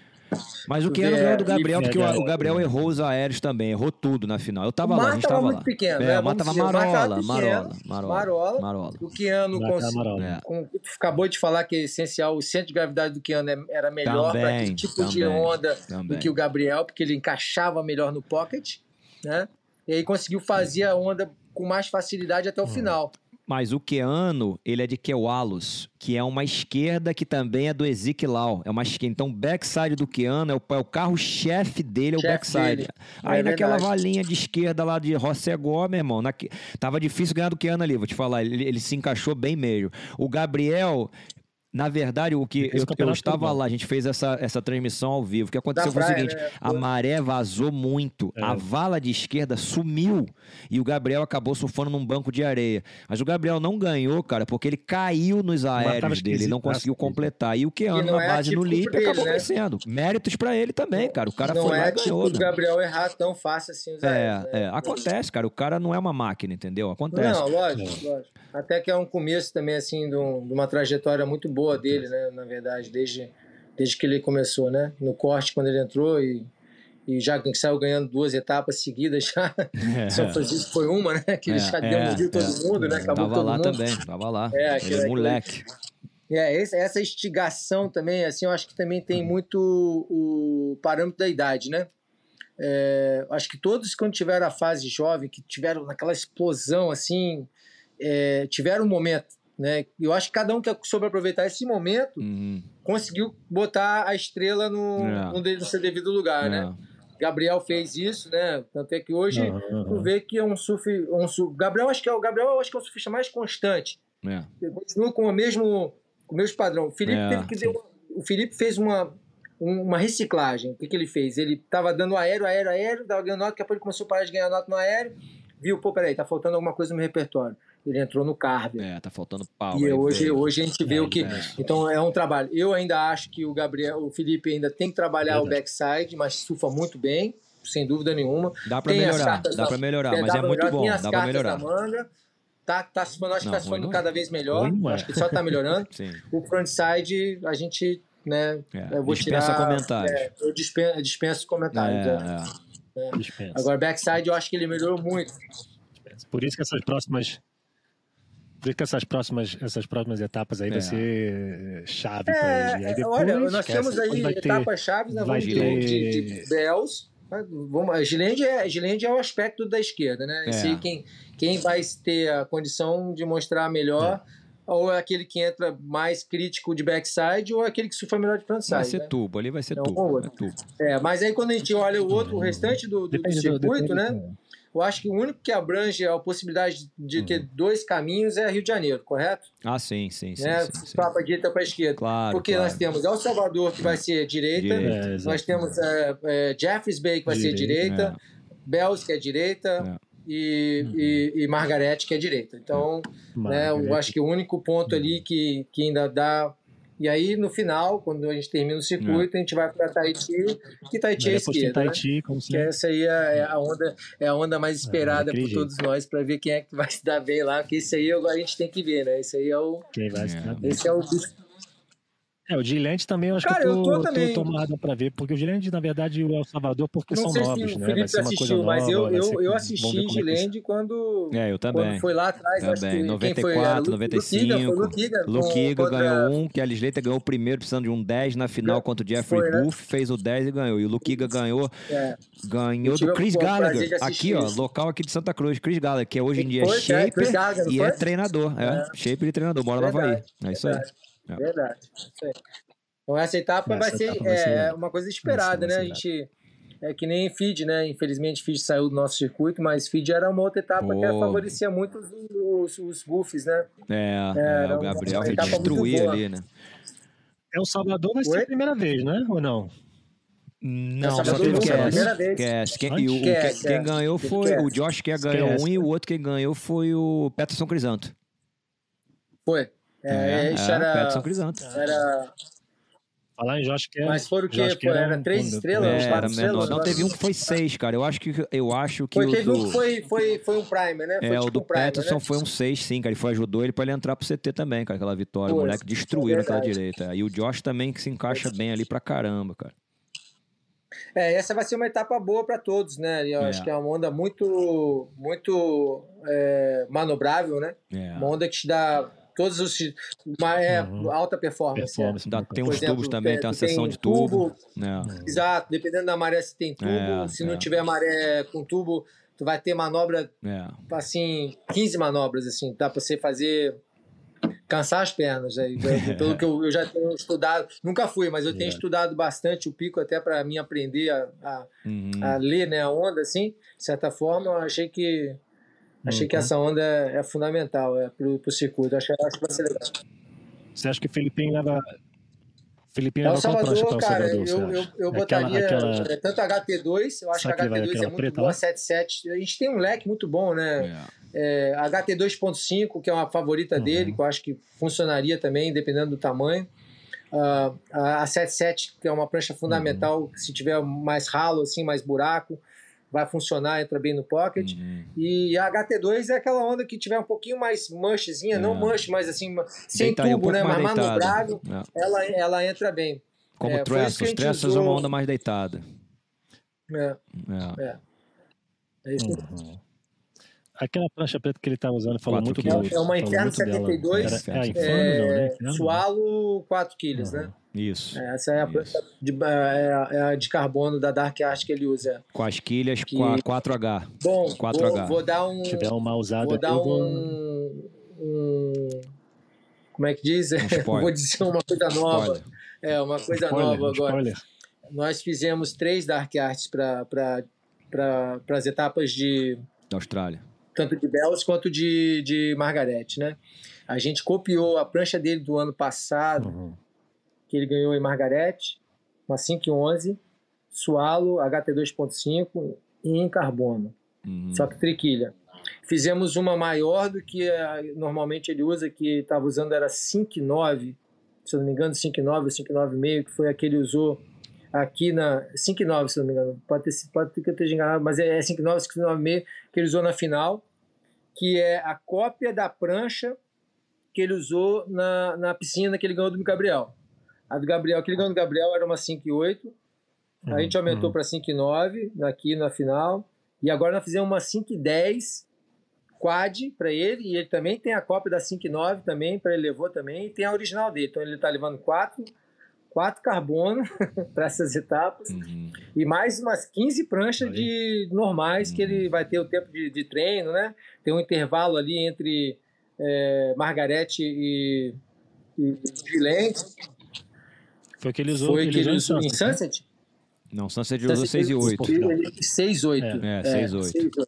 Mas o Keanu ganhou do Gabriel, porque o Gabriel errou os aéreos também, errou tudo na final. Eu tava lá, a gente tava lá. muito pequeno, é, né? O mar tava marola, marola, marola, marola. O Keanu é. com, acabou de falar que é essencial, o centro de gravidade do Keanu era melhor para aquele tipo também, de onda também. do que o Gabriel, porque ele encaixava melhor no pocket, né? E aí conseguiu fazer a onda com mais facilidade até o hum. final. Mas o Keanu, ele é de Kewalos, que é uma esquerda que também é do Ezequiel Lau. É uma esquerda. Então, o backside do Keanu é o, é o carro-chefe dele, é o Chef backside. Dele. Aí, é naquela verdade. valinha de esquerda lá de Rossegó, meu irmão, na, tava difícil ganhar do Keanu ali, vou te falar. Ele, ele se encaixou bem mesmo. O Gabriel... Na verdade, o que eu, eu estava lá, a gente fez essa, essa transmissão ao vivo. O que aconteceu da foi praia, o seguinte: né? a maré vazou muito, é. a vala de esquerda sumiu e o Gabriel acabou surfando num banco de areia. Mas o Gabriel não ganhou, cara, porque ele caiu nos aéreos dele, ele não conseguiu completar. E o Keanu na base no lip acabou né? vencendo. Méritos pra ele também, cara. O cara não foi lá é e ganhou. Não é tipo o Gabriel errar tão fácil assim os aéreos. É, né? é, acontece, cara. O cara não é uma máquina, entendeu? Acontece. Não, lógico, lógico. Até que é um começo também, assim, de, um, de uma trajetória muito boa dele, né? Na verdade, desde, desde que ele começou, né? No corte, quando ele entrou e, e já saiu ganhando duas etapas seguidas já. É. São Francisco foi uma, né? Que ele é, já deu, é, deu todo é, mundo, né? Acabou tava todo lá mundo. também, tava lá. É, ele é moleque. É, essa instigação também, assim, eu acho que também tem muito o parâmetro da idade, né? É, acho que todos, quando tiveram a fase jovem, que tiveram naquela explosão, assim, é, tiveram um momento, né? Eu acho que cada um que soube aproveitar esse momento uhum. conseguiu botar a estrela no, é. no, no seu devido lugar, é. né? Gabriel fez isso, né? Tanto é que hoje uhum. tu vê que é um surf, um surf. Gabriel acho que é o Gabriel, eu acho que é o surfista mais constante. É. Ele continua com o mesmo, com o mesmo padrão. O Felipe é, teve que deu, o Felipe fez uma uma reciclagem. O que, que ele fez? Ele estava dando aéreo, aéreo, aéreo, estava ganhando nota, daqui a pouco ele começou a parar de ganhar nota no aéreo, viu, pô, peraí, tá faltando alguma coisa no repertório. Ele entrou no carb. É, tá faltando pau. E hoje, hoje a gente vê é, o que... É. Então é um trabalho. Eu ainda acho que o Gabriel, o Felipe ainda tem que trabalhar é o backside, mas surfa muito bem, sem dúvida nenhuma. Dá para melhorar, dá para melhorar, é, mas é muito bom, dá para melhorar. Manga, tá, tá, acho não, que tá surfando cada vez melhor, ruim, acho que só tá melhorando. O frontside, a gente... Né? É, eu vou dispensa tirar, comentários. É, eu dispenso, dispenso comentários. É, é. É. Dispensa. Agora, backside, eu acho que ele melhorou muito. Por isso que essas próximas. Por isso que essas próximas, essas próximas etapas aí é. vai ser chave é, para ele. Aí depois, olha, nós temos aí etapas chaves, né? Vamos ter... de, de, de Bells. A Gilende é, Gilende é o aspecto da esquerda, né? É. Esse, quem, quem vai ter a condição de mostrar melhor. É. Ou é aquele que entra mais crítico de backside, ou é aquele que surfa melhor de frontside. Vai ser né? tubo, ali vai ser então, tubo, é tubo. É, mas aí quando a gente olha o outro, o restante do, do, do circuito, né? Eu acho que o único que abrange a possibilidade de ter uhum. dois caminhos é Rio de Janeiro, correto? Ah, sim, sim, sim. Né? sim, sim. Para a direita para a esquerda. Claro, Porque claro. nós temos El Salvador, que vai ser direita, direita. Nós temos é, é, Jeffreys Bay, que vai direita, ser direita, é. Bells, que é direita. É. E, uhum. e, e Margarete, que é direita. Então, né, eu acho que o único ponto uhum. ali que, que ainda dá... E aí, no final, quando a gente termina o circuito, é. a gente vai para Tahiti, que Tahiti é a esquerda, Tahiti, né? como que essa aí é a onda, é a onda mais esperada é, por todos nós, para ver quem é que vai se dar bem lá, porque isso aí a gente tem que ver, né? Esse aí é o... Quem vai se dar bem. Esse é o bicho. É, o Gilende também eu acho Cara, que eu tô, eu tô, também. tô tomado pra ver, porque o Gilende, na verdade, e o El Salvador, porque não são sei novos, se né? O Felipe vai ser uma assistiu, coisa nova, mas eu, eu, ser, eu assisti Gilende quando, é, eu também. quando foi lá atrás. Também. Acho que noventa e quatro, noventa e cinco. Luquiga Luquiga ganhou um, que a Slater ganhou o primeiro, precisando de um dez na final contra o Jeffrey foi, Buff, né? Fez o dez e ganhou. E o Luquiga ganhou, é. ganhou do Chris Gallagher, aqui, ó, local aqui de Santa Cruz. Chris Gallagher, que hoje em dia é shaper é, e é treinador. É, é. shaper e treinador, mora no Havaí. É isso aí. Verdade. Isso aí. Então essa etapa, essa vai, ser, etapa vai ser é, uma coisa esperada, né? A gente é que nem feed, né? Infelizmente feed saiu do nosso circuito, mas feed era uma outra etapa oh. que favorecia muito os, os, os buffs, né? É, é, é o Gabriel vai destruir ali, né? É o Salvador vai ser Oi? a primeira vez, né? Ou não? Não, só teve Cass. Quem, e o, quem, quem ganhou foi o Josh, que ganhou um, e o outro que ganhou foi o Peterson Crisanto. Foi. É, é, é era, Peterson Crisanto. Era... Falar em Josh que Mas foram o quê? Pô, era um, três estrelas? É, quatro era estrelas? Menor. Não, teve um que foi seis, cara. Eu acho que, eu acho que foi, o teve do... um que foi, foi, foi um primer, né? Foi é, tipo o do um primer, Peterson né? foi um seis, sim, cara. Ele foi, ajudou ele pra ele entrar pro C T também, cara. Aquela vitória. Pô, o moleque destruiu é naquela direita. E o Josh também, que se encaixa bem ali pra caramba, cara. É, essa vai ser uma etapa boa para todos, né? Eu é. acho que é uma onda muito, muito é, manobrável, né? É. Uma onda que te dá... Todos os... Uma, é, uhum. alta performance. performance é. Dá, tem uns exemplo, tubos também, tem, tem uma seção tem de tubo. tubo. É. Exato, dependendo da maré, se tem tubo. É, se é. não tiver maré com tubo, tu vai ter manobra, é. assim, quinze manobras, assim. Dá para você fazer... Cansar as pernas. Aí, pelo que eu, eu já tenho estudado. Nunca fui, mas eu tenho é. estudado bastante o pico até para mim aprender a, a, uhum. a ler, né, a onda, assim. De certa forma, eu achei que... Achei uhum. que essa onda é, é fundamental é, pro, pro circuito. Acho, acho que vai ser legal. Você acha que o Filipinho leva... Filipinho é leva o Salvador, qual prancha cara, para o Salvador? Eu, eu, eu botaria aquela, aquela... É, tanto H T dois, eu acho que a H T dois é muito boa, sete sete. A gente tem um leque muito bom, né? É. É, H T dois ponto cinco, que é uma favorita uhum. dele, que eu acho que funcionaria também, dependendo do tamanho. Uh, a sete sete, que é uma prancha fundamental, uhum. se tiver mais ralo, assim, mais buraco, vai funcionar, entra bem no pocket. Uhum. E a H T dois é aquela onda que tiver um pouquinho mais manchezinha, é. não manche, mas assim, sem Deita tubo, um né? Mas manobrado, é. ela, ela entra bem. Como é, Trestles, Trestles é uma onda mais deitada. É, É. é. É isso. Uhum. Aquela prancha preta que ele tá usando, falou Quatro muito quilos. do, É uma falou Inferno muito setenta e dois, dela. Era, é a Inferno, é, não, né? Inferno? Sualo quatro quilos, Uhum. né? Isso. Essa é a isso. prancha de, é, a- é a de carbono da Dark Art que ele usa. Com as quilhas Que- quatro H. Bom, quatro H. vou, vou dar um... Se tiver uma usada, Vou dar eu vou... um, um... Como é que diz? Um spoiler. Vou dizer uma coisa nova. Spoiler. É, uma coisa Spoiler, nova um agora. spoiler. Nós fizemos três Dark Arts para pra, as etapas de... Da Austrália. Tanto de Bells quanto de, de Margaret, né? A gente copiou a prancha dele do ano passado, Uhum. que ele ganhou em Margaret, uma cinco onze, Sualo H T dois ponto cinco e em carbono. Uhum. Só que triquilha. Fizemos uma maior do que a, normalmente ele usa, que estava usando era cinco nove, se eu não me engano, cinco nove ou cinco nove vírgula cinco, que foi a que ele usou aqui na... cinco nove, se eu não me engano. Pode ter, pode ter que eu esteja enganado, mas é cinco nove, cinco nove vírgula cinco que ele usou na final, que é a cópia da prancha que ele usou na, na piscina que ele ganhou do Gabriel. A do Gabriel, que ele ganhou do Gabriel era uma cinco oito, Uhum. a gente aumentou Uhum. para cinco nove aqui na final, e agora nós fizemos uma cinco dez quad para ele, e ele também tem a cópia da cinco nove também, para ele levou também, e tem a original dele, então ele está levando quatro, quatro carbono para essas etapas, Uhum. e mais umas quinze pranchas Aí. de normais, que ele vai ter o tempo de, de treino, né? Tem um intervalo ali entre é, Margarete e, e Gilene. Foi que ele usou, Foi ele que ele usou usou em Sunset, né? Sunset? Não, Sunset usou seis e oito. Portugal. seis oito. É, seis oito.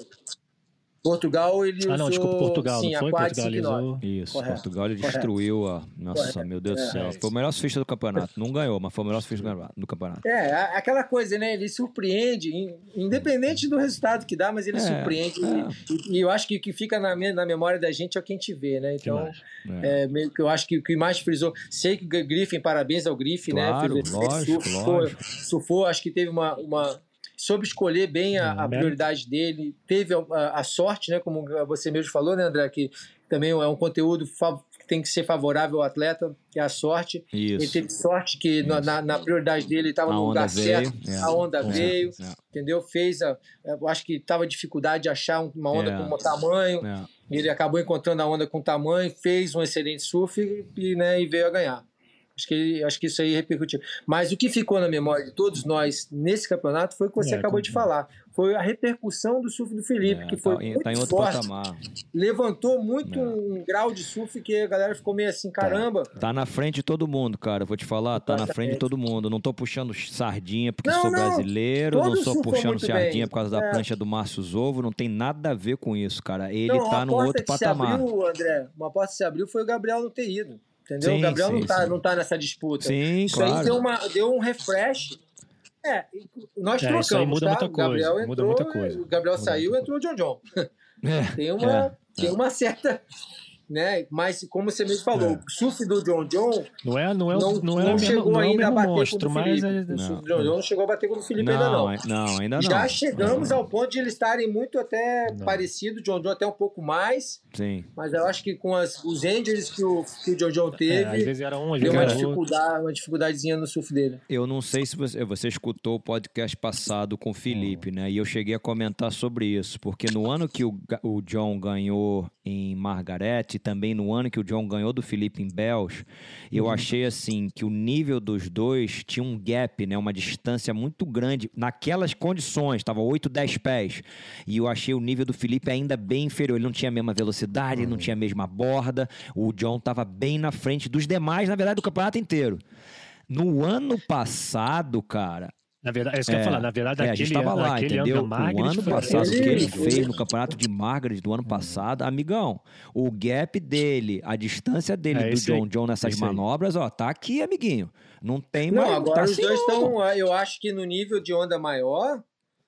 Portugal, ele usou... Ah, não, desculpa, Portugal, sim, não foi? a quad Portugal ele cinco nove. usou... Isso, Correto. Portugal ele Correto. destruiu a... Nossa, Correto. meu Deus do É. céu. Foi o melhor surfista do campeonato. Não ganhou, mas foi o melhor surfista do campeonato. É, a- aquela coisa, né? Ele surpreende, in- independente do resultado que dá, mas ele É, surpreende. é. E, e eu acho que o que fica na, me- na memória da gente é o que a gente vê, né? Então, Demais. É. é, meio que eu acho que o que mais frisou... Sei que o Griffin, parabéns ao Griffin, Claro, né? Fez um lógico, surfou, lógico. surfou, acho que teve uma... uma soube escolher bem a, a Hum, prioridade dele, teve a, a- a sorte, né? Como você mesmo falou, né, André? Que também é um conteúdo fa- que tem que ser favorável ao atleta, que é a sorte. Ele Isso. teve sorte que na, na- na prioridade dele ele estava A no onda lugar veio, certo, é. a onda É, veio, é. entendeu? Fez a... Eu acho que estava dificuldade de achar uma onda É. com um tamanho, É. ele acabou encontrando a onda com tamanho, fez um excelente surf e, e, né, e veio a ganhar. Acho que, acho que isso aí repercutiu. Mas o que ficou na memória de todos nós nesse campeonato foi o que você É, acabou com- de falar. Foi a repercussão do surf do Felipe, É, que foi tá, em- muito tá em outro forte. patamar. Levantou muito É. um grau de surf que a galera ficou meio assim, caramba. Tá na frente de todo mundo, cara. Eu vou te falar, tá na frente de todo mundo. Não tô puxando sardinha porque Não, sou não. brasileiro, não Todos sou surfam puxando muito sardinha bem. por causa da É. prancha do Márcio Zovo, não tem nada a ver com isso, cara. Ele Não, tá uma num porta outro que se patamar. abriu, André, uma porta que se abriu foi o Gabriel não ter ido. Entendeu? Sim, o Gabriel sim, não, tá, sim. não tá nessa disputa. Sim, Isso aí claro. deu, uma, deu um refresh. É, nós É, trocamos, isso aí muda tá? muita O Gabriel coisa, muda entrou, muita coisa. O Gabriel Muda saiu, muita entrou o John John. É, Tem uma, é, tem uma certa... Né? Mas, como você mesmo falou, É. o surf do John John Não é, não é, o- não, não é não o mesmo, chegou não é o ainda a mesmo bater monstro, com o do mas... Felipe. É, O surf Não. do John John não chegou a bater com o do Felipe ainda não, não. ai- não, ainda não. Já chegamos Não. ao ponto de eles estarem muito até Não. parecido, o John John até um pouco mais, Sim. mas eu acho que com as, os injuries que o, que o John John é, teve, às vezes era um, às deu vezes uma era outro. dificuldade, uma dificuldadezinha no surf dele. Eu não sei se você, você escutou o podcast passado com o Felipe, né? E eu cheguei a comentar sobre isso, porque no ano que o, Ga- o John ganhou em Margaret e também no ano que o John ganhou do Felipe em Bells, eu Uhum. achei assim que o nível dos dois tinha um gap, né? Uma distância muito grande naquelas condições, estava oito, dez pés. E eu achei o nível do Felipe ainda bem inferior. Ele não tinha a mesma velocidade, ele não tinha a mesma borda. O John estava bem na frente dos demais, na verdade, do campeonato inteiro. No ano passado, cara, Na verdade, é isso que eu ia falar. Na verdade, é, a aquele, gente tava lá, aquele entendeu? ano da Margaret O ano foi passado, o ele- que ele ele- fez no campeonato de Margaret do ano passado, amigão, o gap dele, a distância dele É, do esse aí, John John nessas esse aí. manobras, ó, tá aqui, amiguinho. Não tem Não, mais. agora tá os assim, dois não. estão, eu acho que no nível de onda maior,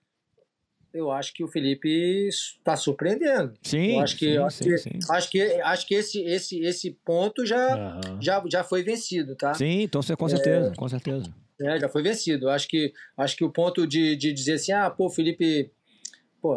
eu acho que o Felipe está surpreendendo. Sim, Eu acho que, sim, eu acho sim, que, sim. acho que, acho que esse, esse, esse ponto já, Aham. já, já foi vencido, tá? Sim, então você com certeza, com certeza. É, já foi vencido. Eu acho que, acho que o ponto de, de dizer assim, ah, pô, Felipe, pô,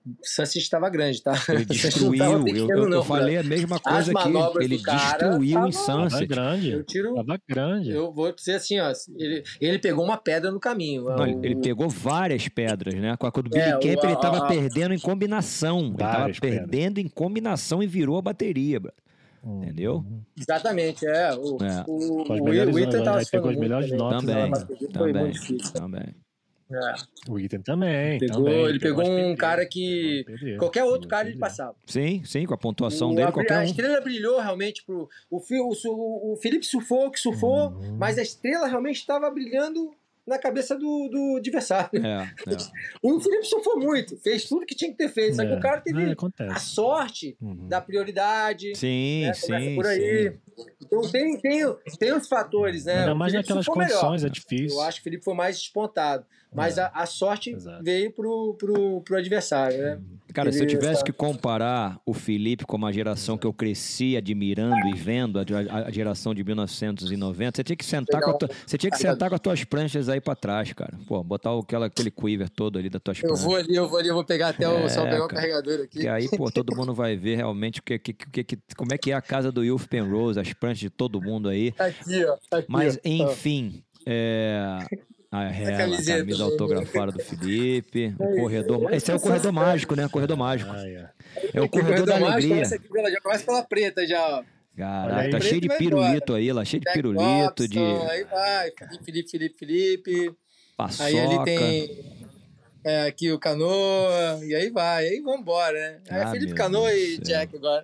Sunset estava grande, tá? Ele destruiu, pequeno, eu, eu, não, eu falei a mesma coisa aqui, ele destruiu tava, em Sunset. Tava grande, eu tiro, tava grande. Eu vou dizer assim, ó, ele, ele pegou uma pedra no caminho. Não, o, ele pegou várias pedras, né? Com a do Billy é, Camp, ele tava a, perdendo em combinação, ele tava perdendo pedras. em combinação e virou a bateria, bro. Entendeu? Exatamente, é. O, é. o, o, o Ethan tava pegou as melhores notas. Também, também, também. É. O Ethan também. Pegou, também. Ele pegou, pegou um cara que... Qualquer outro cara ele passava. Sim, sim, com a pontuação o, dele, a, qualquer a um. A estrela brilhou realmente pro... O, o, o Felipe surfou, que surfou, uhum. mas a estrela realmente estava brilhando na cabeça do, do adversário. É, é. O Felipe surfou muito, fez tudo que tinha que ter feito, é. só que o cara teve é, a sorte uhum. da prioridade. Sim, né? sim, por aí. Sim. Então tem, tem, tem os fatores, né? Ainda mais naquelas condições, melhor. é difícil. Eu acho que o Felipe foi mais despontado. Mas é. a, a sorte Exato. veio pro, pro, pro adversário, né? Cara, se eu tivesse que comparar o Felipe com uma geração que eu cresci admirando e vendo, a, a geração de mil novecentos e noventa, você tinha que sentar, com, a tua, você tinha que sentar com as tuas pranchas aí pra trás, cara. Pô, botar aquela, aquele quiver todo ali das tuas pranchas. Eu vou ali, eu vou ali, eu vou pegar até o, é, só pegar o carregador aqui. Que aí, pô, todo mundo vai ver realmente que, que, que, que, como é que é a casa do Youth Penrose, as pranchas de todo mundo aí. Aqui, ó. Aqui, Mas, ó. enfim, é... A, é, a camisa, camisa autografada do Felipe, o corredor. Esse é o corredor mágico, né? Corredor mágico. Ah, é. é o corredor, corredor da alegria. Começa aqui, já começa pela preta, já. Caraca, tá cheio de pirulito aí, lá, cheio de pirulito. De... Aí vai, Felipe, Felipe, Felipe. Paçoca. Aí ali tem é, aqui o Canoa, e aí vai, aí vambora, né? Aí ah, Felipe Canoa e Jack agora.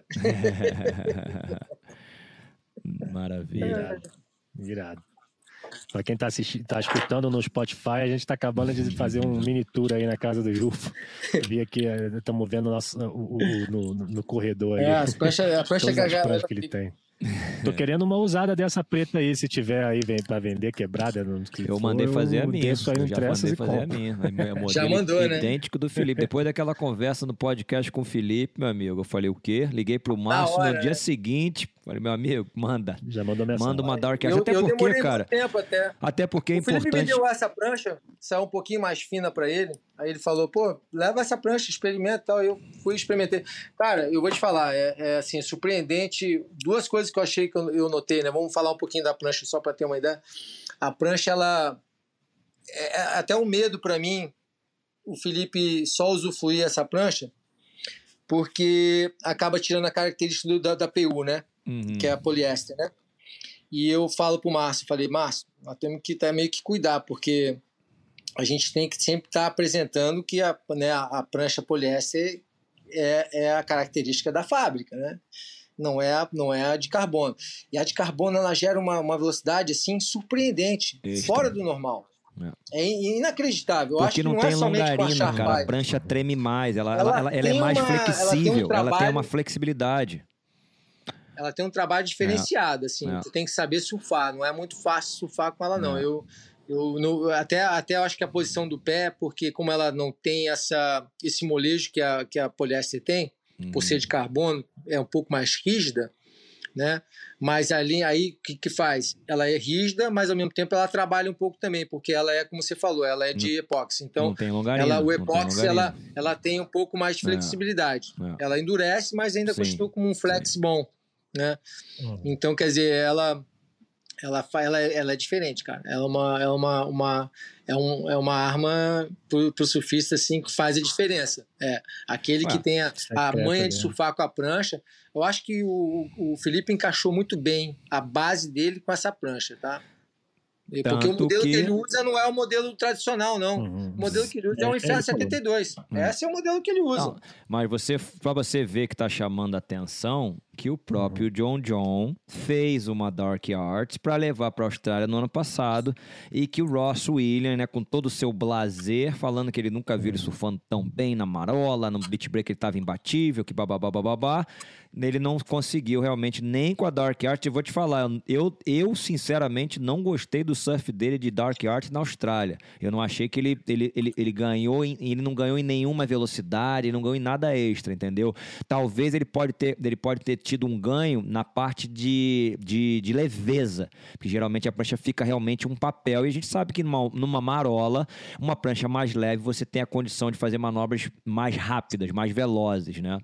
Maravilha. Virado. Para quem está tá escutando no Spotify, a gente está acabando de fazer um mini tour aí na casa do Jufo. Vi aqui, estamos vendo nosso, o, o, no, no corredor aí. É, as pranchas, a prancha todas as pranchas que ele tem. Tô querendo uma usada dessa preta aí, se tiver aí vem para vender quebrada. No que eu for, mandei fazer eu a minha. Isso aí eu já mandei fazer a minha. Já mandou, né? Idêntico do Felipe. Depois daquela conversa no podcast com o Felipe, meu amigo, eu falei o quê? Liguei pro Márcio hora, no dia né? seguinte. Falei, meu amigo, manda. Já mandou mensagem. Manda uma Dark Art. Até eu porque, cara. Tempo até. até porque é o importante. O Felipe me deu essa prancha, saiu um pouquinho mais fina pra ele. Aí ele falou, pô, leva essa prancha, experimenta e tal. Eu fui experimentei. Cara, eu vou te falar, é, é assim, surpreendente. Duas coisas que eu achei que eu, eu notei, né? Vamos falar um pouquinho da prancha só pra ter uma ideia. A prancha, ela. É, é até um medo pra mim, o Felipe só usufruir essa prancha, porque acaba tirando a característica do, da, da P U, né? Uhum. Que é a poliéster, né? E eu falo pro Márcio, falei, Márcio, nós temos que tá, meio que cuidar, porque a gente tem que sempre estar tá apresentando que a, né, a, a prancha poliéster é, é a característica da fábrica, né? Não é, a, não é a de carbono. E a de carbono, ela gera uma, uma velocidade, assim, surpreendente, Extra. fora do normal. É, é inacreditável. Eu Porque acho que não, não tem é longarina, a cara. A prancha treme mais, ela, ela, ela, ela é mais uma, flexível, ela tem, um trabalho, ela tem uma flexibilidade. Ela tem um trabalho diferenciado, é. assim. É. Você tem que saber surfar. Não é muito fácil surfar com ela, não. É. Eu, eu no, até, até eu acho que a posição do pé, porque como ela não tem essa, esse molejo que a, que a poliéster tem, hum. por ser de carbono, é um pouco mais rígida, né? Mas ali, aí, o que, que faz? Ela é rígida, mas ao mesmo tempo ela trabalha um pouco também, porque ela é, como você falou, ela é de epóxi. Então, não tem longarina, ela, o epóxi, ela, ela tem um pouco mais de flexibilidade. É. É. Ela endurece, mas ainda Sim. continua como um flex Sim. bom. Né? Uhum. Então, quer dizer, ela, ela, ela, ela é diferente, cara. Ela é uma, é uma, uma, é um, é uma arma pro, pro surfista assim, que faz a diferença. É, aquele Ué, que tem a, a manha de surfar com a prancha. Eu acho que o, o Felipe encaixou muito bem a base dele com essa prancha, tá? Porque Tanto o modelo que... que ele usa não é o modelo tradicional, não. Uhum. O modelo que ele usa é, é um Inferno setenta e dois. Uhum. Esse é o modelo que ele usa. Não, mas você, pra você ver que tá chamando a atenção, que o próprio uhum. John John fez uma Dark Arts para levar para a Austrália no ano passado e que o Ross Williams, né, com todo o seu blazer, falando que ele nunca viu ele surfando tão bem na marola, no beach break ele estava imbatível, que babá, babá, babá. Ele não conseguiu realmente nem com a Dark Art. Eu vou te falar, eu, eu sinceramente não gostei do surf dele de Dark Art na Austrália. Eu não achei que ele, ele, ele, ele ganhou, em, ele não ganhou em nenhuma velocidade, ele não ganhou em nada extra, entendeu? Talvez ele pode ter, ele pode ter tido um ganho na parte de, de, de leveza, porque geralmente a prancha fica realmente um papel, e a gente sabe que numa, numa marola, uma prancha mais leve, você tem a condição de fazer manobras mais rápidas, mais velozes, né?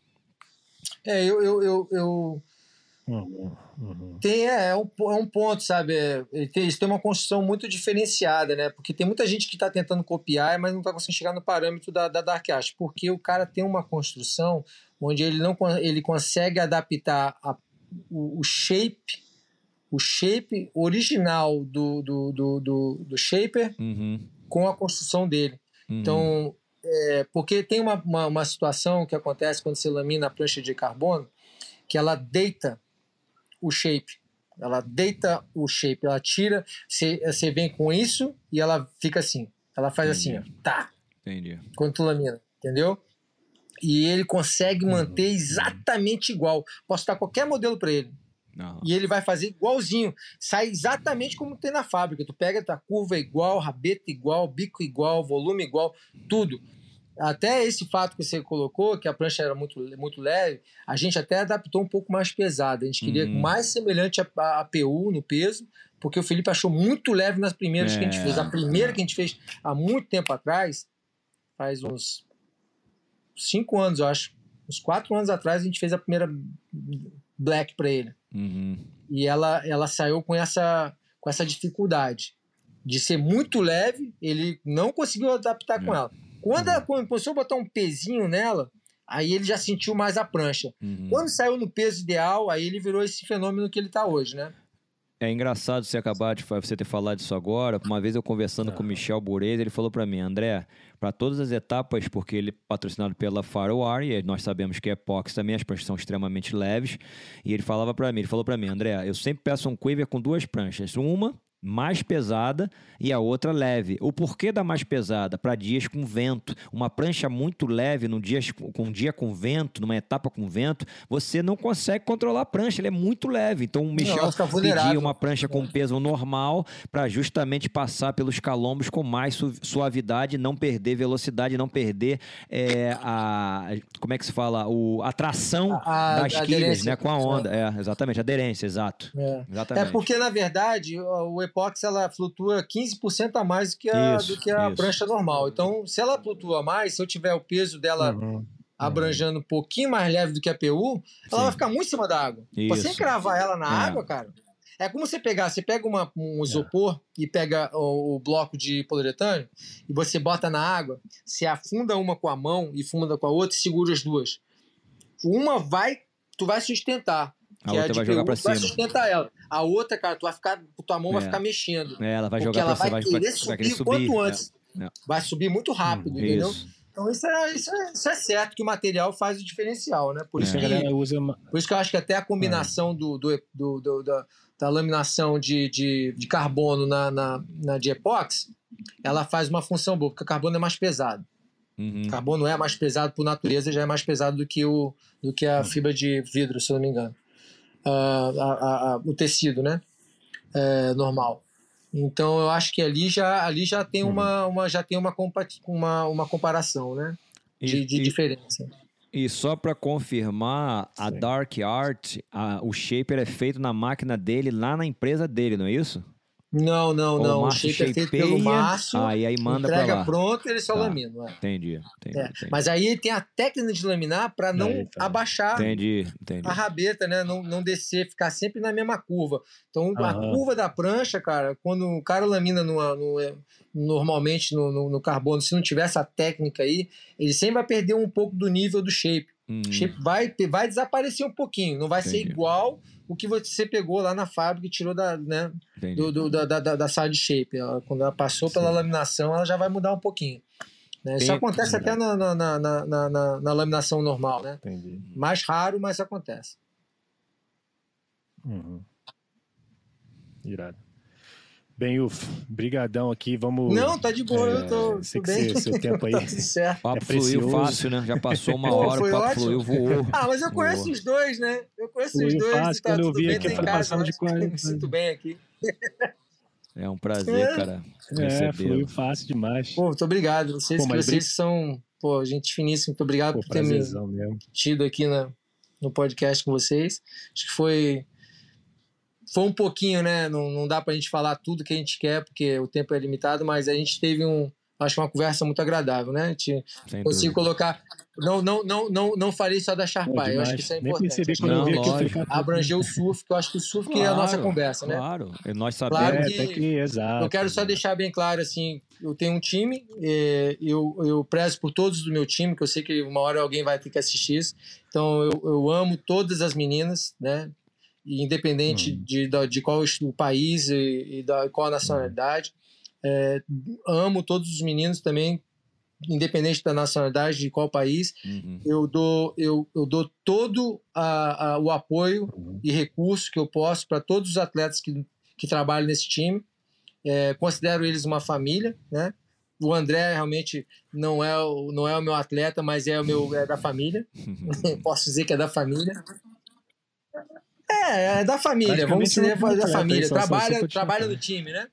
É, eu... eu, eu, eu... Uhum, uhum. Tem, é, é, um, é um ponto, sabe? É, eles têm uma construção muito diferenciada, né? Porque tem muita gente que está tentando copiar, mas não está conseguindo chegar no parâmetro da, da Dark Ash, porque o cara tem uma construção onde ele não ele consegue adaptar a, o, o shape, o shape original do, do, do, do, do shaper uhum. com a construção dele. Uhum. Então, é, porque tem uma, uma, uma situação que acontece quando você lamina a prancha de carbono, que ela deita o shape, ela deita o shape, ela tira, você, você vem com isso e ela fica assim, ela faz Entendi. assim, ó, tá, Entendi. quando tu lamina, entendeu? E ele consegue manter exatamente igual, posso dar qualquer modelo para ele, Não. e ele vai fazer igualzinho, sai exatamente como tem na fábrica, tu pega a curva igual, rabeta igual, bico igual, volume igual, tudo. Até esse fato que você colocou, que a prancha era muito, muito leve, a gente até adaptou um pouco mais pesada. A gente queria uhum. mais semelhante a, a, a P U no peso, porque o Felipe achou muito leve nas primeiras é, que a gente fez. A primeira é. que a gente fez há muito tempo atrás, faz uns cinco anos, eu acho, uns quatro anos atrás, a gente fez a primeira Black para ele. Uhum. E ela, ela saiu com essa, com essa dificuldade de ser muito leve, ele não conseguiu adaptar é. com ela. Quando ela começou a botar um pezinho nela, aí ele já sentiu mais a prancha. Uhum. Quando saiu no peso ideal, aí ele virou esse fenômeno que ele está hoje, né? É engraçado você acabar de você ter falado disso agora. Uma vez eu conversando ah. com o Michel Burez, ele falou para mim, André, para todas as etapas, porque ele é patrocinado pela Firewire, e nós sabemos que é epoxy também, as pranchas são extremamente leves, e ele falava para mim, ele falou para mim, André, eu sempre peço um quiver com duas pranchas, uma mais pesada e a outra leve. O porquê da mais pesada? Para dias com vento. Uma prancha muito leve, num dia, com um dia com vento, numa etapa com vento, você não consegue controlar a prancha, ele é muito leve. Então o Michel pedia uma prancha com peso normal para justamente passar pelos calombos com mais su suavidade, não perder velocidade, não perder é, a... como é que se fala? O, a tração a, das a quilhas, né? Com a onda. É, exatamente, aderência, exato. É. Exatamente. É porque, na verdade, o epóxi ela flutua quinze por cento a mais do que a, isso, do que a prancha normal. Então, se ela flutua mais, se eu tiver o peso dela uhum, abranjando uhum. um pouquinho mais leve do que a P U, ela Sim. vai ficar muito em cima da água. Isso. Você cravar ela na é. água, cara, é como você pegar, você pega uma, um isopor é. e pega o, o bloco de poliuretano e você bota na água, você afunda uma com a mão e funda com a outra e segura as duas. Uma vai, tu vai sustentar. A que outra é vai jogar pra cima. Vai sustentar ela. A outra, cara, tu vai ficar, tua mão é. vai ficar mexendo. É, ela vai jogar ela pra cima. Vai querer vai, subir vai querer subir quanto antes. É. É. Vai subir muito rápido, hum, entendeu? Isso. Então isso é, isso, é, isso é certo, que o material faz o diferencial, né? Por, é. isso, que, usa uma... por isso que eu acho que até a combinação é. do, do, do, do, da, da laminação de, de, de carbono na, na, na de epóxi, ela faz uma função boa, porque o carbono é mais pesado. Uhum. O carbono é mais pesado por natureza, já é mais pesado do que, o, do que a fibra de vidro, se eu não me engano. Uh, a, a, a, o tecido, né? É, normal. Então eu acho que ali já, ali já tem uma, uma, já tem uma, uma, uma comparação, né? De, e, de e, diferença. E só para confirmar, a Sim. Dark Art, a, o shaper é feito na máquina dele, lá na empresa dele, não é isso? Não, não, não. O shape é feito pelo Márcio, ah, e aí manda entrega pra lá. pronto, ele só tá. lamina. É. Entendi, entendi, é. entendi. Mas aí ele tem a técnica de laminar para não é, tá. abaixar entendi, entendi. a rabeta, né? Não, não descer, ficar sempre na mesma curva. Então, Aham. a curva da prancha, cara, quando o cara lamina numa, numa, normalmente no, no, no carbono, se não tiver essa técnica aí, ele sempre vai perder um pouco do nível do shape. Hum. O shape vai, vai desaparecer um pouquinho, não vai entendi. ser igual o que você pegou lá na fábrica e tirou da, né, do, do, da, da, da sala de shape. Ela, quando ela passou Sim. pela laminação, ela já vai mudar um pouquinho. Né? Isso acontece até na, na, na, na, na, na laminação normal, né? Entendi. Mais raro, mas acontece. Uhum. Irado. Bem, Uf, brigadão aqui, vamos... Não, tá de boa, é, eu tô, sei tô que bem. Seu, seu tempo aí tá tudo certo. O papo é fluiu fácil, né? Já passou uma hora, Pô, o papo ótimo. fluiu, voou. Ah, mas eu conheço voou. os dois, né? Eu conheço fluiu os dois. Fácil, tá quando tudo eu vi bem, aqui, tá foi passando de quarenta. Me sinto bem aqui. É um prazer, cara. É, fluiu fácil demais. Pô, muito obrigado. Vocês, pô, que vocês brin... são, pô, gente finíssima. Muito obrigado pô, por ter me mesmo. tido aqui na, no podcast com vocês. Acho que foi, foi um pouquinho, né? Não, não dá pra gente falar tudo que a gente quer, porque o tempo é limitado, mas a gente teve um, acho que uma conversa muito agradável, né? A gente consigo colocar... Não, não, não, não, não falei só da Sharpay, eu acho que isso é importante. Nem percebi quando eu vi aqui. Abranger o surf, que eu acho que o surf claro, que é a nossa conversa, né? Claro, nós sabemos. Claro é, que, que exato, eu quero só deixar bem claro, assim, eu tenho um time, eu, eu prezo por todos do meu time, que eu sei que uma hora alguém vai ter que assistir isso, então eu, eu amo todas as meninas, né? Independente hum. de, de, de qual o país e, e da qual a nacionalidade. Hum. É, amo todos os meninos também, independente da nacionalidade, de qual país. Uhum. Eu dou, eu, eu dou todo a, a, o apoio uhum. e recurso que eu posso para todos os atletas que, que trabalham nesse time. É, considero eles uma família, né? O André realmente não é o, não é o meu atleta, mas é, o meu, é da família. Posso dizer que é da família. É, é da família, vamos dizer, é da família. Trabalha, trabalha no time, né?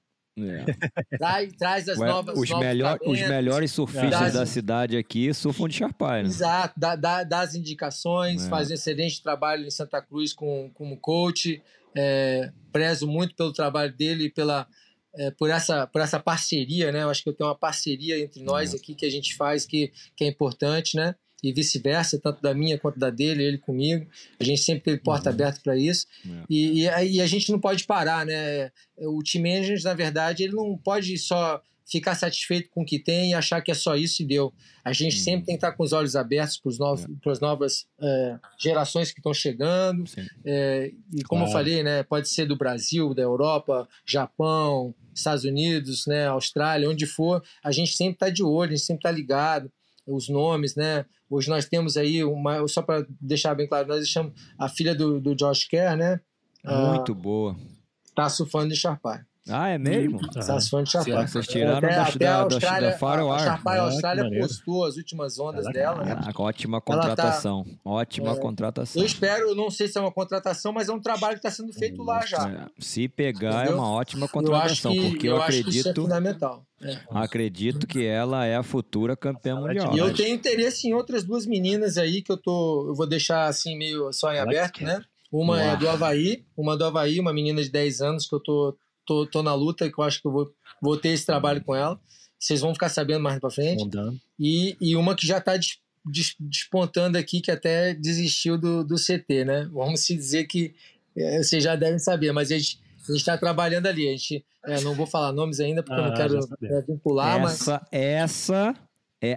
É. Traz, traz as Ué, novas os, melhor, os melhores surfistas das, da cidade aqui surfam de Sharpay, né? Exato, dá, dá, dá as indicações, é. faz um excelente trabalho em Santa Cruz com, como coach. É, prezo muito pelo trabalho dele e pela, é, por, essa, por essa parceria, né? Eu acho que eu tenho uma parceria entre nós é. aqui que a gente faz que, que é importante, né? E vice-versa, tanto da minha quanto da dele, ele comigo. A gente sempre teve porta uhum. aberta para isso. É. E, e, e a gente não pode parar, né? O team manager, na verdade, ele não pode só ficar satisfeito com o que tem e achar que é só isso e deu. A gente uhum. sempre tem que estar com os olhos abertos para é. as novas é, gerações que estão chegando. É, e como claro. eu falei, né? Pode ser do Brasil, da Europa, Japão, Estados Unidos, né? Austrália, onde for. A gente sempre está de olho, a gente sempre está ligado. Os nomes, né? Hoje nós temos aí, uma, só para deixar bem claro, nós deixamos a filha do, do Josh Kerr, né? Muito ah, boa. Tá surfando de Sharpay. Ah, é mesmo? Tá surfando de Sharpay. Vocês tiraram até, da, até da, a Austrália, da Faro a, a Sharpay ah, Austrália postou as últimas ondas dela. Né? Ah, ótima contratação. Tá, ótima é, contratação. Eu espero, eu não sei se é uma contratação, mas é um trabalho que está sendo feito hum, lá já. É, se pegar, entendeu? É uma ótima contratação, eu que, porque eu, eu acredito... Acho que isso é fundamental. É. Acredito que ela é a futura campeã mundial. E eu tenho interesse em outras duas meninas aí que eu tô, eu vou deixar assim meio só em aberto, né? Uma Uau. é do Havaí, uma do Havaí, uma menina de dez anos que eu tô, tô, tô na luta, que eu acho que eu vou, vou ter esse trabalho com ela. Vocês vão ficar sabendo mais pra frente. E, e uma que já tá des, des, despontando aqui, que até desistiu do, do C T, né? Vamos se dizer que é, vocês já devem saber, mas a gente a gente está trabalhando ali. A gente, é, não vou falar nomes ainda, porque ah, eu não quero é, vincular, essa, mas... Essa é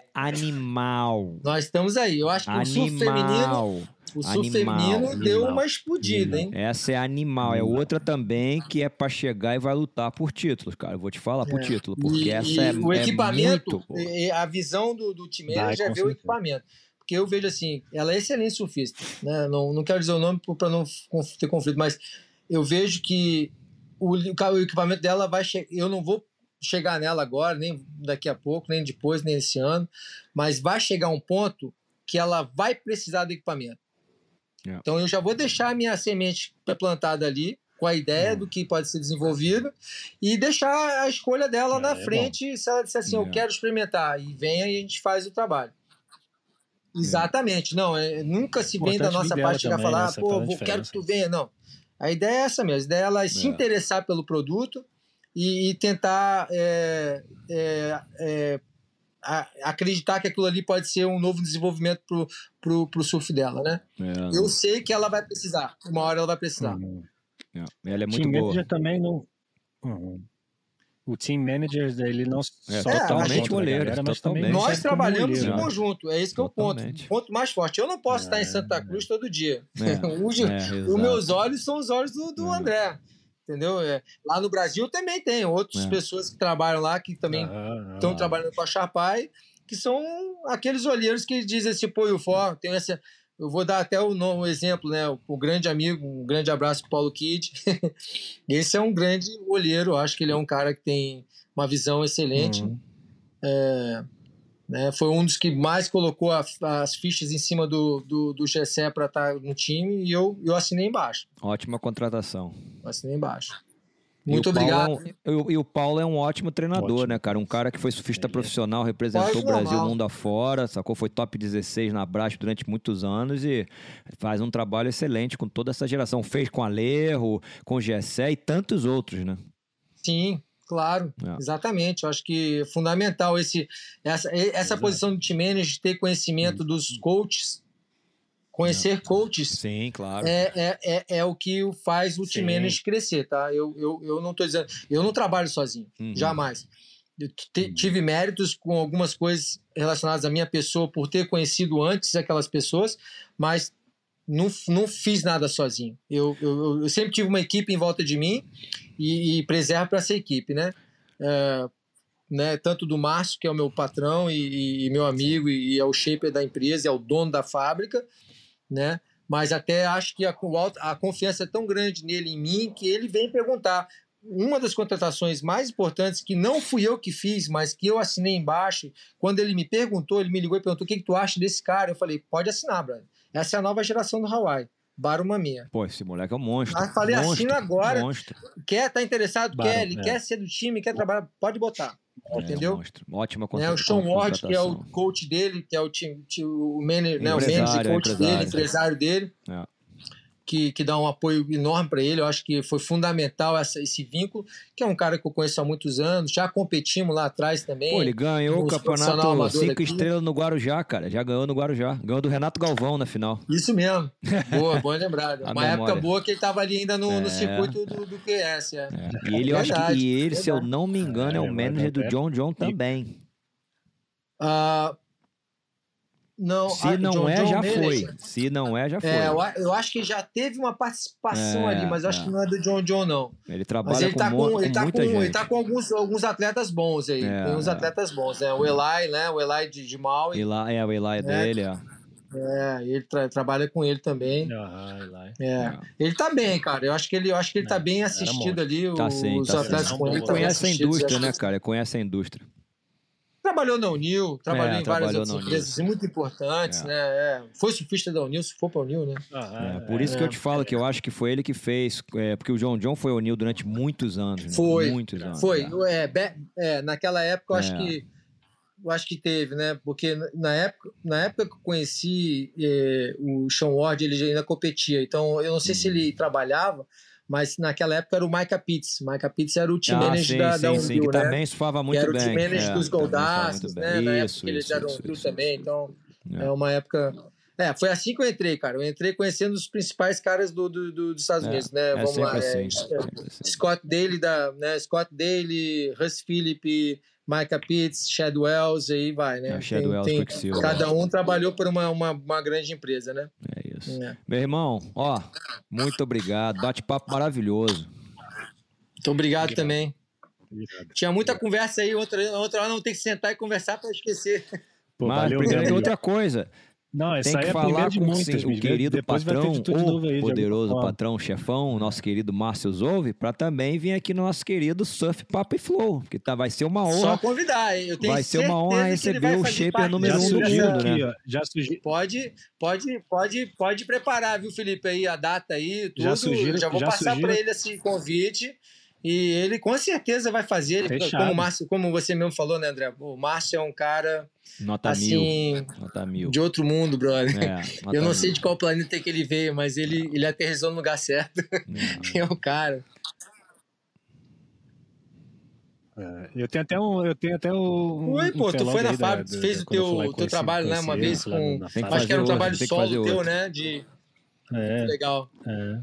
animal. Nós estamos aí. Eu acho que animal. o surf feminino... O surf animal, feminino animal, deu uma explodida, animal. hein? Essa é animal. É outra também que é para chegar e vai lutar por títulos, cara. Eu vou te falar por é. título, porque e, essa e é o é equipamento, muito... a visão do, do time já vê o equipamento. Porque eu vejo assim, ela é excelente surfista, né? Não, não quero dizer o nome para não ter conflito, mas eu vejo que o, o equipamento dela vai chegar. Eu não vou chegar nela agora, nem daqui a pouco, nem depois, nem esse ano, mas vai chegar um ponto que ela vai precisar do equipamento. Yeah. Então eu já vou deixar a minha semente plantada ali, com a ideia yeah. do que pode ser desenvolvido, e deixar a escolha dela é, na frente, é se ela disser assim, yeah. eu quero experimentar, e venha e a gente faz o trabalho. Exatamente, não, é, nunca se vem da nossa parte chegar e falar, ah, pô, vou, quero que tu venha, não. A ideia é essa mesmo, a ideia é ela é. se interessar pelo produto e, e tentar é, é, é, a, acreditar que aquilo ali pode ser um novo desenvolvimento pro, pro, pro surf dela, né? É. Eu sei que ela vai precisar, uma hora ela vai precisar. Uhum. É. Ela é muito Team boa. Manager também não... Uhum. O team manager, ele não é, só totalmente goleiro, mas também nós trabalhamos em conjunto, é esse que é o ponto, o ponto mais forte. Eu não posso é, estar em Santa Cruz é. todo dia. É, os, é, os meus olhos são os olhos do, do é. André, entendeu? É. Lá no Brasil também tem outras é. pessoas que trabalham lá, que também estão ah, ah. trabalhando com a Sharpay, que são aqueles olheiros que dizem assim, pô, o for, tem essa... Eu vou dar até o, no, o exemplo, né? O, o grande amigo, um grande abraço para o Paulo Kidd. Esse é um grande olheiro, eu acho que ele é um cara que tem uma visão excelente. Uhum. É, né, foi um dos que mais colocou a, as fichas em cima do, do, do G C para estar no time e eu, eu assinei embaixo. Ótima contratação. Eu assinei embaixo. Muito e obrigado. É um, e, e o Paulo é um ótimo treinador, Ótimo. né, cara? Um cara que foi surfista Ele é. profissional, representou Quase o Brasil normal. mundo afora, sacou? Foi top dezesseis na Brasp durante muitos anos e faz um trabalho excelente com toda essa geração. Fez com Alejo, com Gessé e tantos outros, né? Sim, claro, É. exatamente. Eu acho que é fundamental esse, essa, essa Exato. posição do team manager, ter conhecimento Hum. dos coaches, conhecer coaches, Sim, claro. é, é, é, é o que faz o Sim. team manager crescer, tá? Eu, eu, eu não estou dizendo... Eu não trabalho sozinho, Uhum. jamais. Eu te- tive méritos com algumas coisas relacionadas à minha pessoa por ter conhecido antes aquelas pessoas, mas não, não fiz nada sozinho. Eu, eu, eu sempre tive uma equipe em volta de mim e, e preservo para essa equipe, né? É, né? Tanto do Márcio, que é o meu patrão e, e meu amigo, e, e é o shaper da empresa, é o dono da fábrica, né? Mas até acho que a, a confiança é tão grande nele, em mim, que ele vem perguntar. Uma das contratações mais importantes, que não fui eu que fiz, mas que eu assinei embaixo, quando ele me perguntou, ele me ligou e perguntou o que, que tu acha desse cara. Eu falei, pode assinar, brother. Essa é a nova geração do Hawaii. Baruma minha. Pô, esse moleque é um monstro. Ah, falei, monstro, assina agora. Monstro. Quer, tá interessado? Barão, quer, ele é. quer ser do time, quer trabalhar, pode botar. É, Entendeu? um monstro. Ótima É, contra- o Sean Ward, que é o contratação. coach dele, que é o, time, o, manager, né, o Empresário, manager coach empresário. dele, empresário dele, É. que, que dá um apoio enorme para ele. Eu acho que foi fundamental essa, esse vínculo, que é um cara que eu conheço há muitos anos, já competimos lá atrás também. Pô, ele ganhou o nos profissional campeonato amador cinco aqui. estrelas no Guarujá, cara. Já ganhou no Guarujá. Ganhou do Renato Galvão na final. Isso mesmo. Boa, boa lembrado. A Uma memória. época boa que ele estava ali ainda no, É. no circuito do, do Q S. É. É. E ele, eu acho que, Verdade, e ele, se eu verdade. não me engano, é, É, o agora manager do até- John John também. Ah, não, Se ah, não John é, John já Manager. foi. Se não é, já foi. É, eu, a- eu acho que já teve uma participação É, ali, mas eu acho é. que não é do John John, não. Ele Mas trabalha ele com, tá mo- com, com ele tá muita com, gente. ele tá com alguns, alguns atletas bons aí. É, Tem uns é. atletas bons, né? O Eli, né? O Eli de, de Maui. E lá, é, o Eli é dele, é. É, ele tra- trabalha com ele também. Ah, Eli. É. É. Ele tá bem, cara. Eu acho que ele, eu acho que ele tá É, bem era assistido monstro. ali. Tá os sim, tá atletas sim. com ele Ele estão bem Conhece a assistidos. indústria, Eu né, acho que- cara? Conhece a indústria. Trabalhou na Unil, trabalhou É, em várias trabalhou outras na Unil. empresas muito importantes, É. né? É. Foi surfista da Unil, se for pra Unil, né? Ah, É, por isso é. que eu te falo que eu acho que foi ele que fez, é, porque o John John foi o Neil durante muitos anos, né? Foi, Muitos anos. Foi. é. É, be- é, naquela época eu acho É. que eu acho que teve, né? Porque na época, na época que eu conheci é, o Sean Ward, ele já ainda competia. Então eu não sei se ele trabalhava, mas naquela época era o Micah Pitts. Micah Pitts era o team Ah, manager sim, da, sim, da sim, Unil, que né? também surfava Que muito era o bem. team manager é, dos também surfava Goldastos, muito né? bem. Na época Isso, que eles isso, eram isso, Unil isso, também. isso. Então É. é uma época. É, foi assim que eu entrei, cara. Eu entrei conhecendo os principais caras do, do, do- dos Estados É, Unidos, né? é Vamos sempre lá. assim, é, sempre assim. Scott Daly, da, né? Scott Daly, Russ Phillip, Micah Pitts, Chad Wells, aí vai, né? É, Chad Wells, Quicksilver. Cada um trabalhou por uma, uma, uma grande empresa, né? É isso. É. Meu irmão, ó, muito obrigado. Bate-papo maravilhoso. Então, obrigado também. Obrigado. Tinha muita conversa aí, outra, outra hora não tem que sentar e conversar para esquecer. Pô, Mas valeu primeiro, mesmo. outra coisa, Não, essa tem aí que é a falar primeira de com muitas, sim, bicho. o querido Depois vai patrão, ter de tudo de novo aí, o de alguma poderoso forma. patrão, chefão, o nosso querido Márcio Zouve, para também vir aqui no nosso querido Surf Papo e Flow, que tá, vai ser uma Só honra. convidar, hein? Eu tenho Vai ser uma honra certeza que ele receber vai o fazer shaper parte número Já um do dessa- sugiro mundo, aqui, né? ó. Já sugiro. Pode, pode, pode, pode preparar, viu, Felipe, aí a data aí, tudo. Já sugiro- já vou já passar sugiro- para ele esse convite e ele com certeza vai fazer. Ele, Fechado. como o Márcio, como você mesmo falou, né, André? O Márcio é um cara Nota assim mil. Nota mil. de outro mundo, brother. É, nota Eu não sei mil. de qual planeta que ele veio, mas ele, ele aterrissou no lugar certo. É. É o cara. É, eu tenho até um. Eu tenho até um. Oi, um pô, tu fellow foi na daí da- fábrica, da- fez da- o quando eu teu, fui lá e teu conheci- trabalho, né, conheci uma ele, vez fui lá com... na Tem que Acho que era um fazer trabalho outro, tem que solo fazer teu, outro. né? De... É, Legal. é.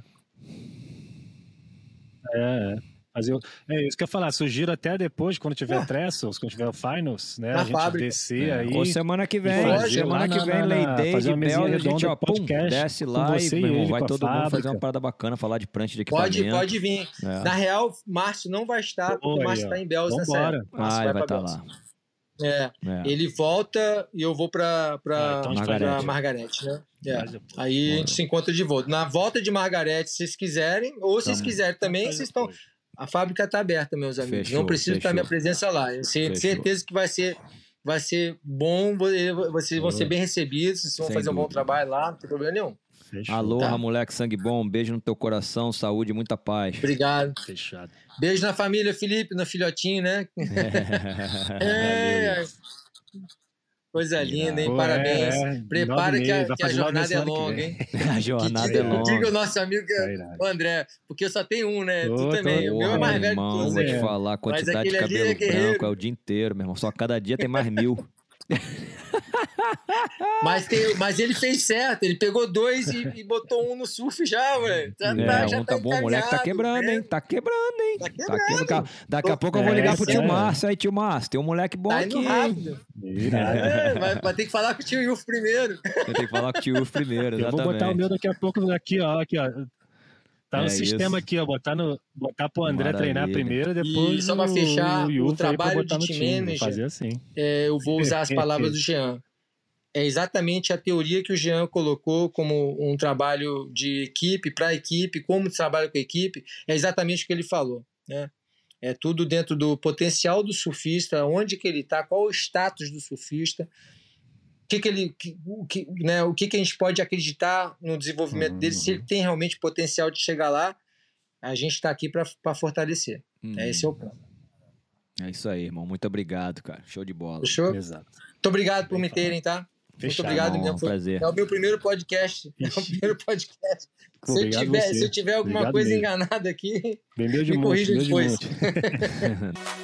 É, é. Mas eu, é isso que eu ia falar, sugiro até depois, quando tiver Ah. Trestles, quando tiver o Finals, né? Na a gente fábrica. descer É. aí. Ou semana que vem, fazer semana lá que na- vem, na- Lay na- Day fazer de uma mesinha Bel, a gente, redonda ó, de pum, podcast desce com lá e, você e meu irmão, ele, vai com a todo mundo fazer fábrica. uma parada bacana, falar de prancha de equipamento. Pode, pode vir. É. Na real, Márcio não vai estar, porque Pô, o aí, Márcio ó. está em Bells nessa Vambora. época. Márcio Vai, vai pra estar Bells. lá. É. É. Ele volta e eu vou para Ah, para então a gente Margarete. para Margarete, né? É. Faz depois. Aí a Bora. gente se encontra de volta. Na volta de Margarete, se vocês quiserem, ou se vocês Tamo. quiserem também, Faz vocês estão. depois. A fábrica está aberta, meus amigos. Fechou, não precisa estar fechou. minha presença lá. Eu tenho Fechou. certeza que vai ser vai ser bom, vocês vão ser bem recebidos, vocês vão Sem fazer um bom dúvida. trabalho lá, não tem problema nenhum. Fechou. Aloha, Tá. moleque, sangue bom. Um beijo no teu coração, saúde e muita paz. Obrigado. Fechado. Beijo na família, Felipe, no filhotinho, né? É, coisa linda, hein? Pô, Parabéns. é, é, Prepara nove que a, meses, vai que a fazer nove jornada é meses ano que longa, vem. hein? A Que jornada diga, é longa. diga o nosso amigo Tá irado. o André, porque eu só tenho um, né? Ô, tu tô- também. O meu é Porra, mais meu velho que irmão, todos. vou te né? falar, a quantidade de aquele ali cabelo é guerreiro. branco é o dia inteiro, meu irmão. Só cada dia tem mais mil. Mas, tem, mas ele fez certo, ele pegou dois e, e botou um no surf já, velho. Já, É, tá, já um tá bom, o moleque tá encaminhado, quebrando, né? hein? Tá quebrando, hein? Tá Tá quebrando. Daqui a Tô- pouco eu vou ligar É, pro tio é. Márcio. Aí, tio Márcio, tem um moleque bom Tá aqui, indo hein? rápido. Irado. É, vai, vai ter que falar com o tio Yuf primeiro. Eu tenho que falar com o tio Uf primeiro, Eu exatamente. vou botar o meu daqui a pouco aqui, ó. Aqui, ó. Tá no É sistema isso. aqui, ó. Botar, no, botar pro André Maravilha. treinar primeiro, depois E só pra fechar, o Yuf aí pra trabalho botar de no team time. Vou manager- fazer assim. É, eu vou usar as palavras do Jean. É exatamente a teoria que o Jean colocou como um trabalho de equipe, para a equipe, como trabalha com a equipe, é exatamente o que ele falou, né? É tudo dentro do potencial do surfista, onde que ele está, qual o status do surfista, o que, que, ele, que, o, que, né, o que, que a gente pode acreditar no desenvolvimento Uhum. dele, se ele tem realmente potencial de chegar lá, a gente está aqui para fortalecer. Hum, É, esse é o ponto. É isso aí, irmão. Muito obrigado, cara. Show de bola. Fechou? Exato. Muito obrigado por Bem me terem, tá? Fechado. Muito obrigado irmão, mesmo. Foi- prazer. É o meu primeiro podcast. É o Ixi. primeiro podcast. Pô, Se eu, obrigado tiver, você. se eu tiver alguma Obrigado coisa mesmo. enganada aqui, Vendeu de me monte, corrija vendeu de depois. monte.